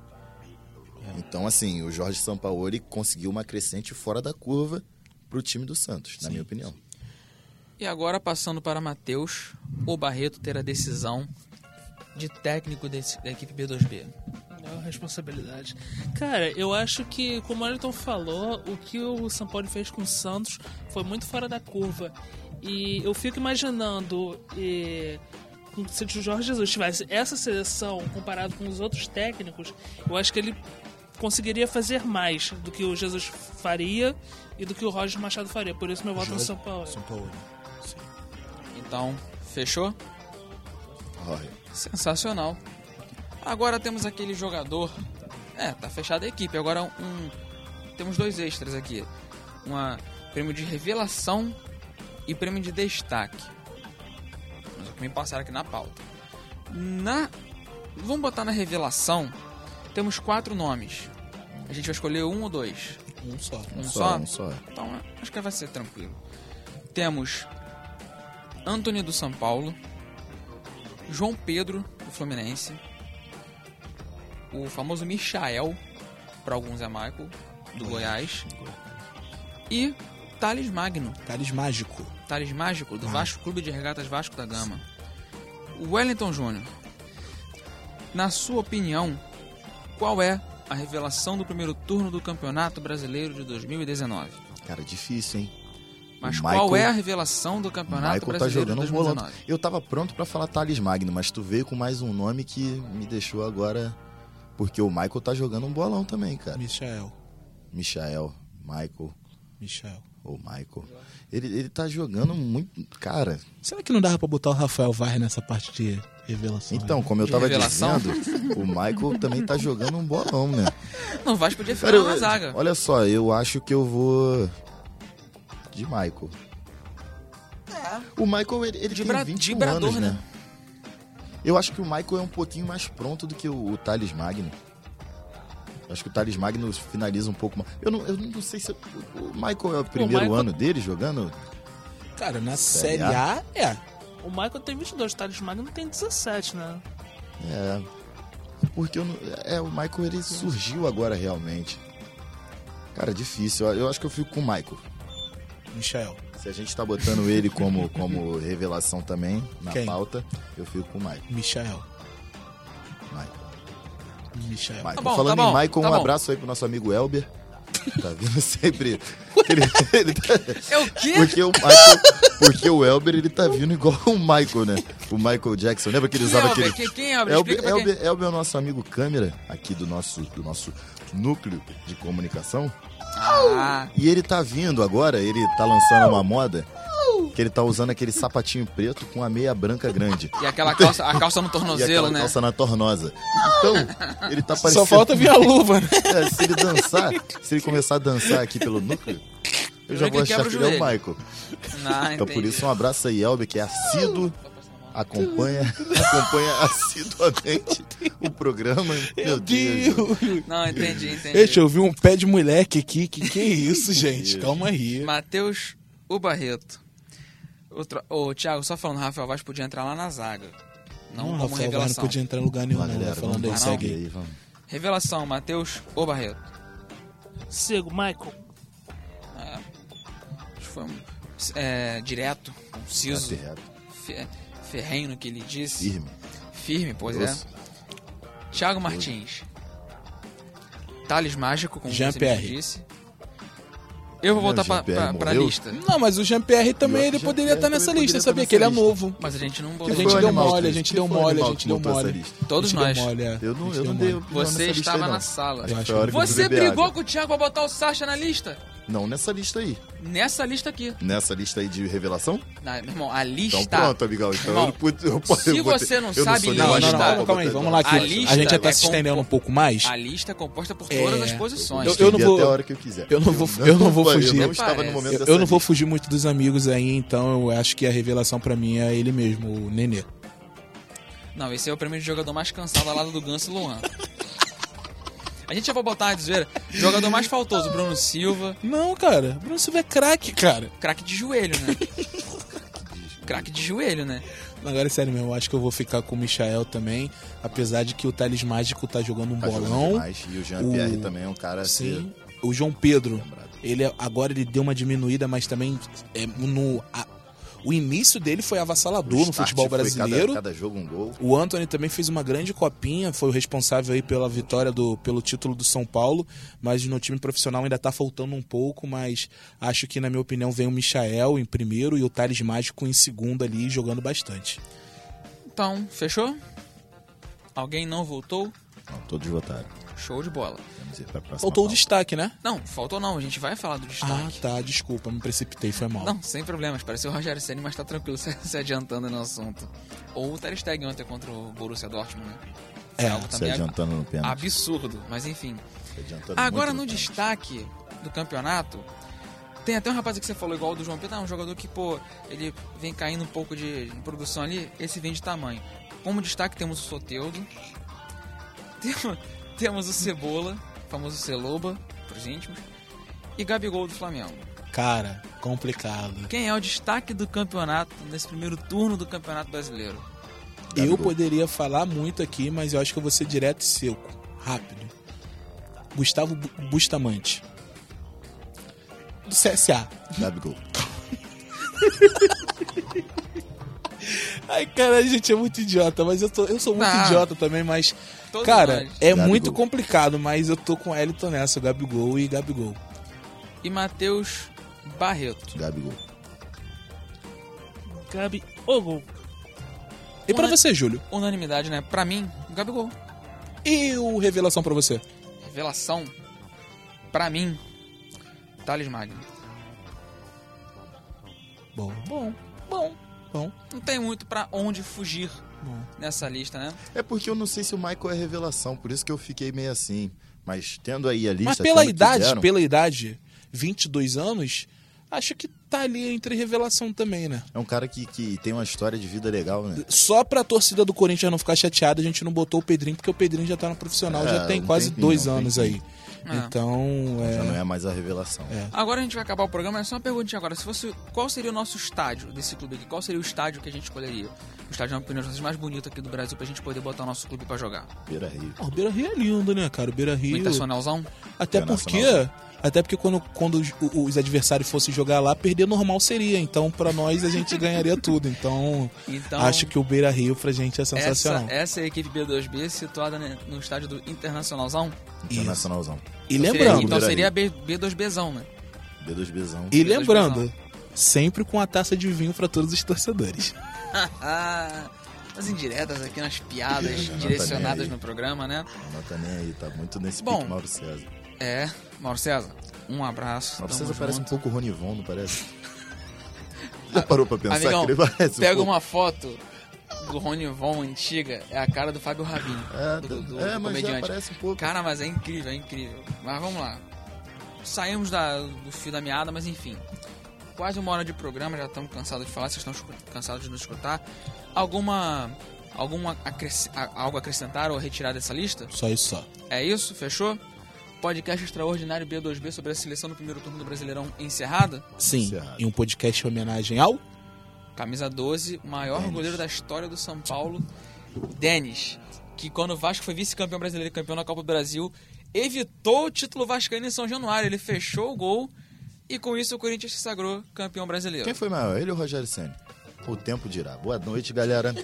Então, assim, o Jorge Sampaoli conseguiu uma crescente fora da curva pro time do Santos, na Sim. minha opinião. E agora, passando para Matheus, o Barreto ter a decisão de técnico desse, da equipe B dois B. É uma responsabilidade. Cara, eu acho que, como o Wellington falou, o que o São Paulo fez com o Santos foi muito fora da curva. E eu fico imaginando eh, se o Jorge Jesus tivesse essa seleção comparado com os outros técnicos, eu acho que ele conseguiria fazer mais do que o Jesus faria e do que o Roger Machado faria. Por isso meu voto no Jorge- São Paulo. São Paulo. Sim. Então, fechou? Jorge. Sensacional. Agora temos aquele jogador... É, tá fechada a equipe. Agora um... Temos dois extras aqui. Uma prêmio de revelação e prêmio de destaque. Mas o que me passaram aqui na pauta. Na... Vamos botar na revelação. Temos quatro nomes. A gente vai escolher um ou dois? Um só. Um Só, só? um só. Então, acho que vai ser tranquilo. Temos Antony do São Paulo, João Pedro, do Fluminense. O famoso Michael, para alguns é Michael, do Goiás. E Thales Magno, Thales Mágico. Thales Mágico, do Ah. Vasco Clube de Regatas Vasco da Gama. O Wellington Júnior, na sua opinião, qual é a revelação do primeiro turno do Campeonato Brasileiro de dois mil e dezenove? Cara, difícil, hein? Mas O qual Michael- é a revelação do O Campeonato Michael tá Brasileiro jogando de um dois mil e bolão. dezenove? Eu tava pronto pra falar Thales Magno, mas tu veio com mais um nome que me deixou agora... Porque o Michael tá jogando um bolão também, cara. Michael. Michael, Michael, Michael. ou Michael. Ele, ele tá jogando muito... Cara, Será que não dava pra botar o Rafael Vaz nessa parte de revelação? então, como eu De tava revelação? dizendo, o Michael também tá jogando um bolão, né? Não, o Vasco podia ficar Cara, na eu- zaga. olha só, eu acho que eu vou... De Michael. O Michael, ele, ele Vibra- tem vinte e um vibrador, anos, né? né? Eu acho que o Michael é um pouquinho mais pronto do que o, o Thales Magno. Eu acho que o Thales Magno finaliza um pouco mais. Eu não, eu não sei se... O, o Michael é o primeiro Michael- ano dele jogando? Cara, na Série Série A, é. O Michael tem vinte e dois, o Thales Magno tem dezessete, né? É... Porque eu não, é, o Michael, ele surgiu agora realmente. Cara, difícil. Eu, eu acho que eu fico com o Michael. Michael. Se a gente tá botando ele como, como revelação também na Quem? pauta, eu fico com o Michael. Michael. Michael. Michael. Michael. Tá bom, Falando tá em bom, Michael, tá um bom. abraço aí pro nosso amigo Elber. Tá vindo sempre. Ele, ele tá- É o quê? porque, o Michael, porque o Elber, ele tá vindo igual o Michael, né? O Michael Jackson. Lembra que ele Quem é usava Elber? aquele. Quem, quem é Elber? Elber, Explica pra quem. Elber, Elber é o nosso amigo câmera aqui do nosso, do nosso núcleo de comunicação. Ah, E ele tá vindo agora, ele tá lançando uma moda que ele tá usando aquele sapatinho preto com a meia branca grande. e aquela calça, a calça no E tornozelo, aquela né? calça na tornosa. Então, ele tá parecendo... Só falta vir a luva, né? É, se ele dançar, se ele começar a dançar aqui pelo núcleo, eu já Primeiro vou que achar quebra que o ele é o joelho. Michael. Ah, Então por entendi. isso um abraço aí, Elber, que é assíduo, acompanha, acompanha assiduamente o programa. Meu Deus. Não, entendi, entendi. Deixa eu ver um pé de moleque aqui. Que que é isso, gente? Calma aí. Matheus O Barreto. Outro, ô, Thiago, só falando, Rafael Vaz podia entrar lá na zaga. Não, Não, como Rafael Vaz não revelação. podia entrar em lugar nenhum, Vai, não. galera, Vai falando aí, vamos segue seguir aí. aí, vamos. Revelação, Matheus O Barreto. Sigo, Michael. É, acho que foi um, é, direto, conciso, Bate reto, fe, ferrenho no que ele disse. firme. Firme, pois Grosso. é. Thiago Martins. Thales Mágico, como você Jean-Pierre. mesmo disse. Eu vou Meu, voltar pra, Jean-Pierre pra, pra morreu? lista. Não, mas o Jean-Pierre também, E o ele Jean-Pierre poderia estar também nessa poderia lista, estar sabia? nessa Que ele é lista. novo. Mas a gente não A botou. gente Quem foi o deu animal mole, a que- gente quem deu foi o mole, a animal gente que deu montou essa mole. lista? Todos A gente nós. deu mole, é. Eu não, A gente eu deu não dei mole. opinião Você nessa lista estava aí, na não. sala. Acho que Eu foi a hora que eu fui Você beber brigou água. com o Thiago pra botar o Sacha na lista? Não, nessa lista aí. Nessa lista aqui. Nessa lista aí de revelação? Não, meu irmão, a lista. Então pronto, amigão. Então Irmão, eu, pude- eu, posso- se eu vou ter- você não eu sabe sou lista- Não, nenhum não, não, animal calma, pra calma aí, botar- vamos lá aqui. A A, lista gente já tá é se com- estendendo um pouco mais. A lista é composta por todas É. as posições. Eu- eu não Estender vou- até a hora que eu quiser. eu não vou- eu não vou eu fugir. não estava no momento Eu, dessa eu não vou lista. fugir muito dos amigos aí, então eu acho que a revelação pra mim é ele mesmo, o Nenê. Não, esse é o prêmio de jogador mais cansado ao lado do Ganso e Luan. A gente já vai botar uma desveira. Jogador mais faltoso, Bruno Silva. Não, cara, Bruno Silva é craque, cara. Craque de joelho, né? Craque de joelho, né? Agora é sério mesmo, eu acho que eu vou ficar com o Michael também, apesar de que o Thales Mágico tá jogando um Tá jogando bolão. demais. E o Jean-Pierre O- também é um cara a ser Sim. O João Pedro, lembrado. ele é- agora ele deu uma diminuída, mas também é, no a- o início dele foi avassalador O no start futebol foi brasileiro. Cada, cada jogo um gol. O Antony também fez uma grande copinha, foi o responsável aí pela vitória do, pelo título do São Paulo, mas no time profissional ainda tá faltando um pouco, mas acho que, na minha opinião, vem o Michael em primeiro e o Thales Mágico em segundo ali, jogando bastante. Então, fechou? Alguém não voltou? Não, todos votaram. Show de bola. Vamos ir pra próxima Faltou o pauta. destaque, né? Não, faltou não. A gente vai falar do Ah, destaque. tá, desculpa, me precipitei, foi mal. Não, sem problemas. Pareceu o Rogério Ceni, mas tá tranquilo se, se adiantando no assunto. Ou o Ter Stegen ontem contra o Borussia Dortmund, né? É, algo Se também ab- adiantando no pênalti. absurdo, mas enfim. Se adiantando Agora muito no pênalti. destaque do campeonato, tem até um rapaz que você falou igual o do João Pedro, ah, um jogador que, pô, ele vem caindo um pouco de, de produção ali, esse vem de tamanho. Como destaque temos o Soteldo, temos, temos o Cebola, famoso Celoba, pros íntimos, e Gabigol do Flamengo. Cara, complicado. Quem é o destaque do campeonato nesse primeiro turno do Campeonato Brasileiro? Eu Gabigol. poderia falar muito aqui, mas eu acho que eu vou ser direto e seco. Rápido. Gustavo Bu- Bustamante. Do C S A. Gabigol. Ai, cara, a gente é muito idiota, mas eu, tô, eu sou muito Não. idiota também, mas... Todos cara, nós. é Gabigol. muito complicado, mas eu tô com o Elton nessa, Gabigol e Gabigol. E Matheus Barreto. Gabigol. Gabi, ô gol. E pra Una- você, Júlio? Unanimidade, né? Pra mim, Gabigol. E o revelação pra você? Revelação. Pra mim, Thales Magno. Bom, bom, bom, bom. Não tem muito pra onde fugir Bom. nessa lista, né? É porque eu não sei se o Michael é revelação, por isso que eu fiquei meio assim. Mas tendo aí a lista... Mas pela como idade, fizeram, pela idade, vinte e dois anos, acho que tá ali entre revelação também, né? É um cara que, que tem uma história de vida legal, né? Só pra torcida do Corinthians não ficar chateada, a gente não botou o Pedrinho, porque o Pedrinho já tá no profissional, É, já tem um quase tempinho, dois um anos tempinho. aí. É. Então, Já não é... é mais a revelação. É. Agora a gente vai acabar o programa, é só uma perguntinha agora. Se fosse, qual seria o nosso estádio desse clube aqui? Qual seria o estádio que a gente escolheria? O estádio, na minha opinião, mais bonito aqui do Brasil pra gente poder botar o nosso clube pra jogar. Beira Rio. Ah, o Beira Rio é lindo, né, cara? O Beira O Rio... Internacionalzão? Até porque, Internacionalzão. até porque quando, quando os, os adversários fossem jogar lá, perder normal seria. Então, pra nós, a gente ganharia tudo. Então, Então, acho que o Beira Rio pra gente é sensacional. essa, essa é a equipe B dois B situada né, no estádio do Internacionalzão. Internacionalzão. E Então seria- lembrando, Então Beira seria Rio. B, B2Bzão, né? B dois Bzão. e B dois lembrando, Bzão. sempre com a taça de vinho pra todos os torcedores. Ah, as indiretas aqui nas piadas Não tá direcionadas nem aí. no programa, né? Não tá nem aí, tá muito nesse Bom, pique Mauro César. É, Mauro César, um abraço. Mauro tamo César parece um junto. pouco Ronivon, não parece? Já parou pra pensar Amigão, que ele parece um Pega pouco? uma foto do Rony Von antiga, é a cara do Fábio Rabin, É, do, do, é do mas já comediante. parece um pouco. Cara, mas é incrível, é incrível. Mas vamos lá. Saímos da, do fio da meada, mas enfim. Quase uma hora de programa, já estamos cansados de falar, vocês estão escu- cansados de nos escutar. Alguma. Alguma acresc- a- algo a acrescentar ou retirar dessa lista? Só isso só. É isso? Fechou? Podcast extraordinário B dois B sobre a seleção do primeiro turno do Brasileirão encerrada? Sim, Encerrado. e um podcast em homenagem ao... Camisa doze, o maior Denis. goleiro da história do São Paulo, Denis, que quando o Vasco foi vice-campeão brasileiro e campeão da Copa do Brasil, evitou o título vascaíno em São Januário. Ele fechou o gol e com isso o Corinthians se sagrou campeão brasileiro. Quem foi maior, ele ou o Rogério Ceni? O tempo dirá. Boa noite, galera.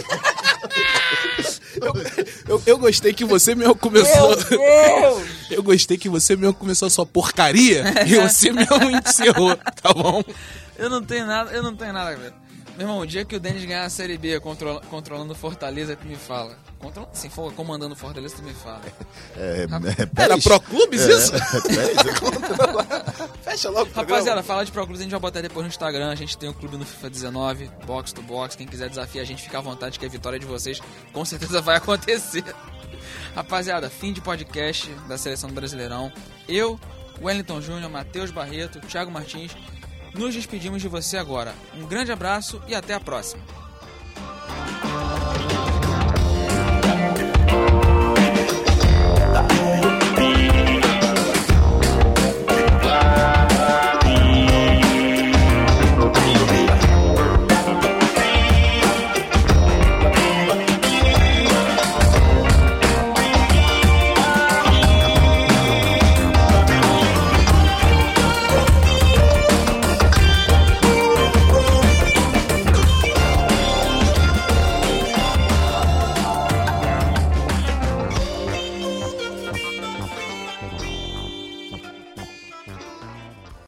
Eu, eu gostei que você mesmo começou... Eu gostei que você mesmo começou a sua porcaria e você mesmo encerrou, tá bom? Eu não tenho nada, eu não tenho nada a ver. Meu irmão, o dia que o Denis ganhar a Série B controla, controlando o Fortaleza, tu me fala. Controla, assim, for comandando o Fortaleza, tu me fala. É, é, Era pés? Pro Clubes É, isso? é, pés? Fecha logo o programa. Rapaziada, falar de Pro Clubes a gente vai botar depois no Instagram. A gente tem o clube no FIFA dezenove, Box to Box. Quem quiser desafiar a gente, fica à vontade que a vitória de vocês com certeza vai acontecer. Rapaziada, fim de podcast da Seleção do Brasileirão. Eu, Wellington Júnior, Matheus Barreto, Thiago Martins, nos despedimos de você agora. Um grande abraço e até a próxima.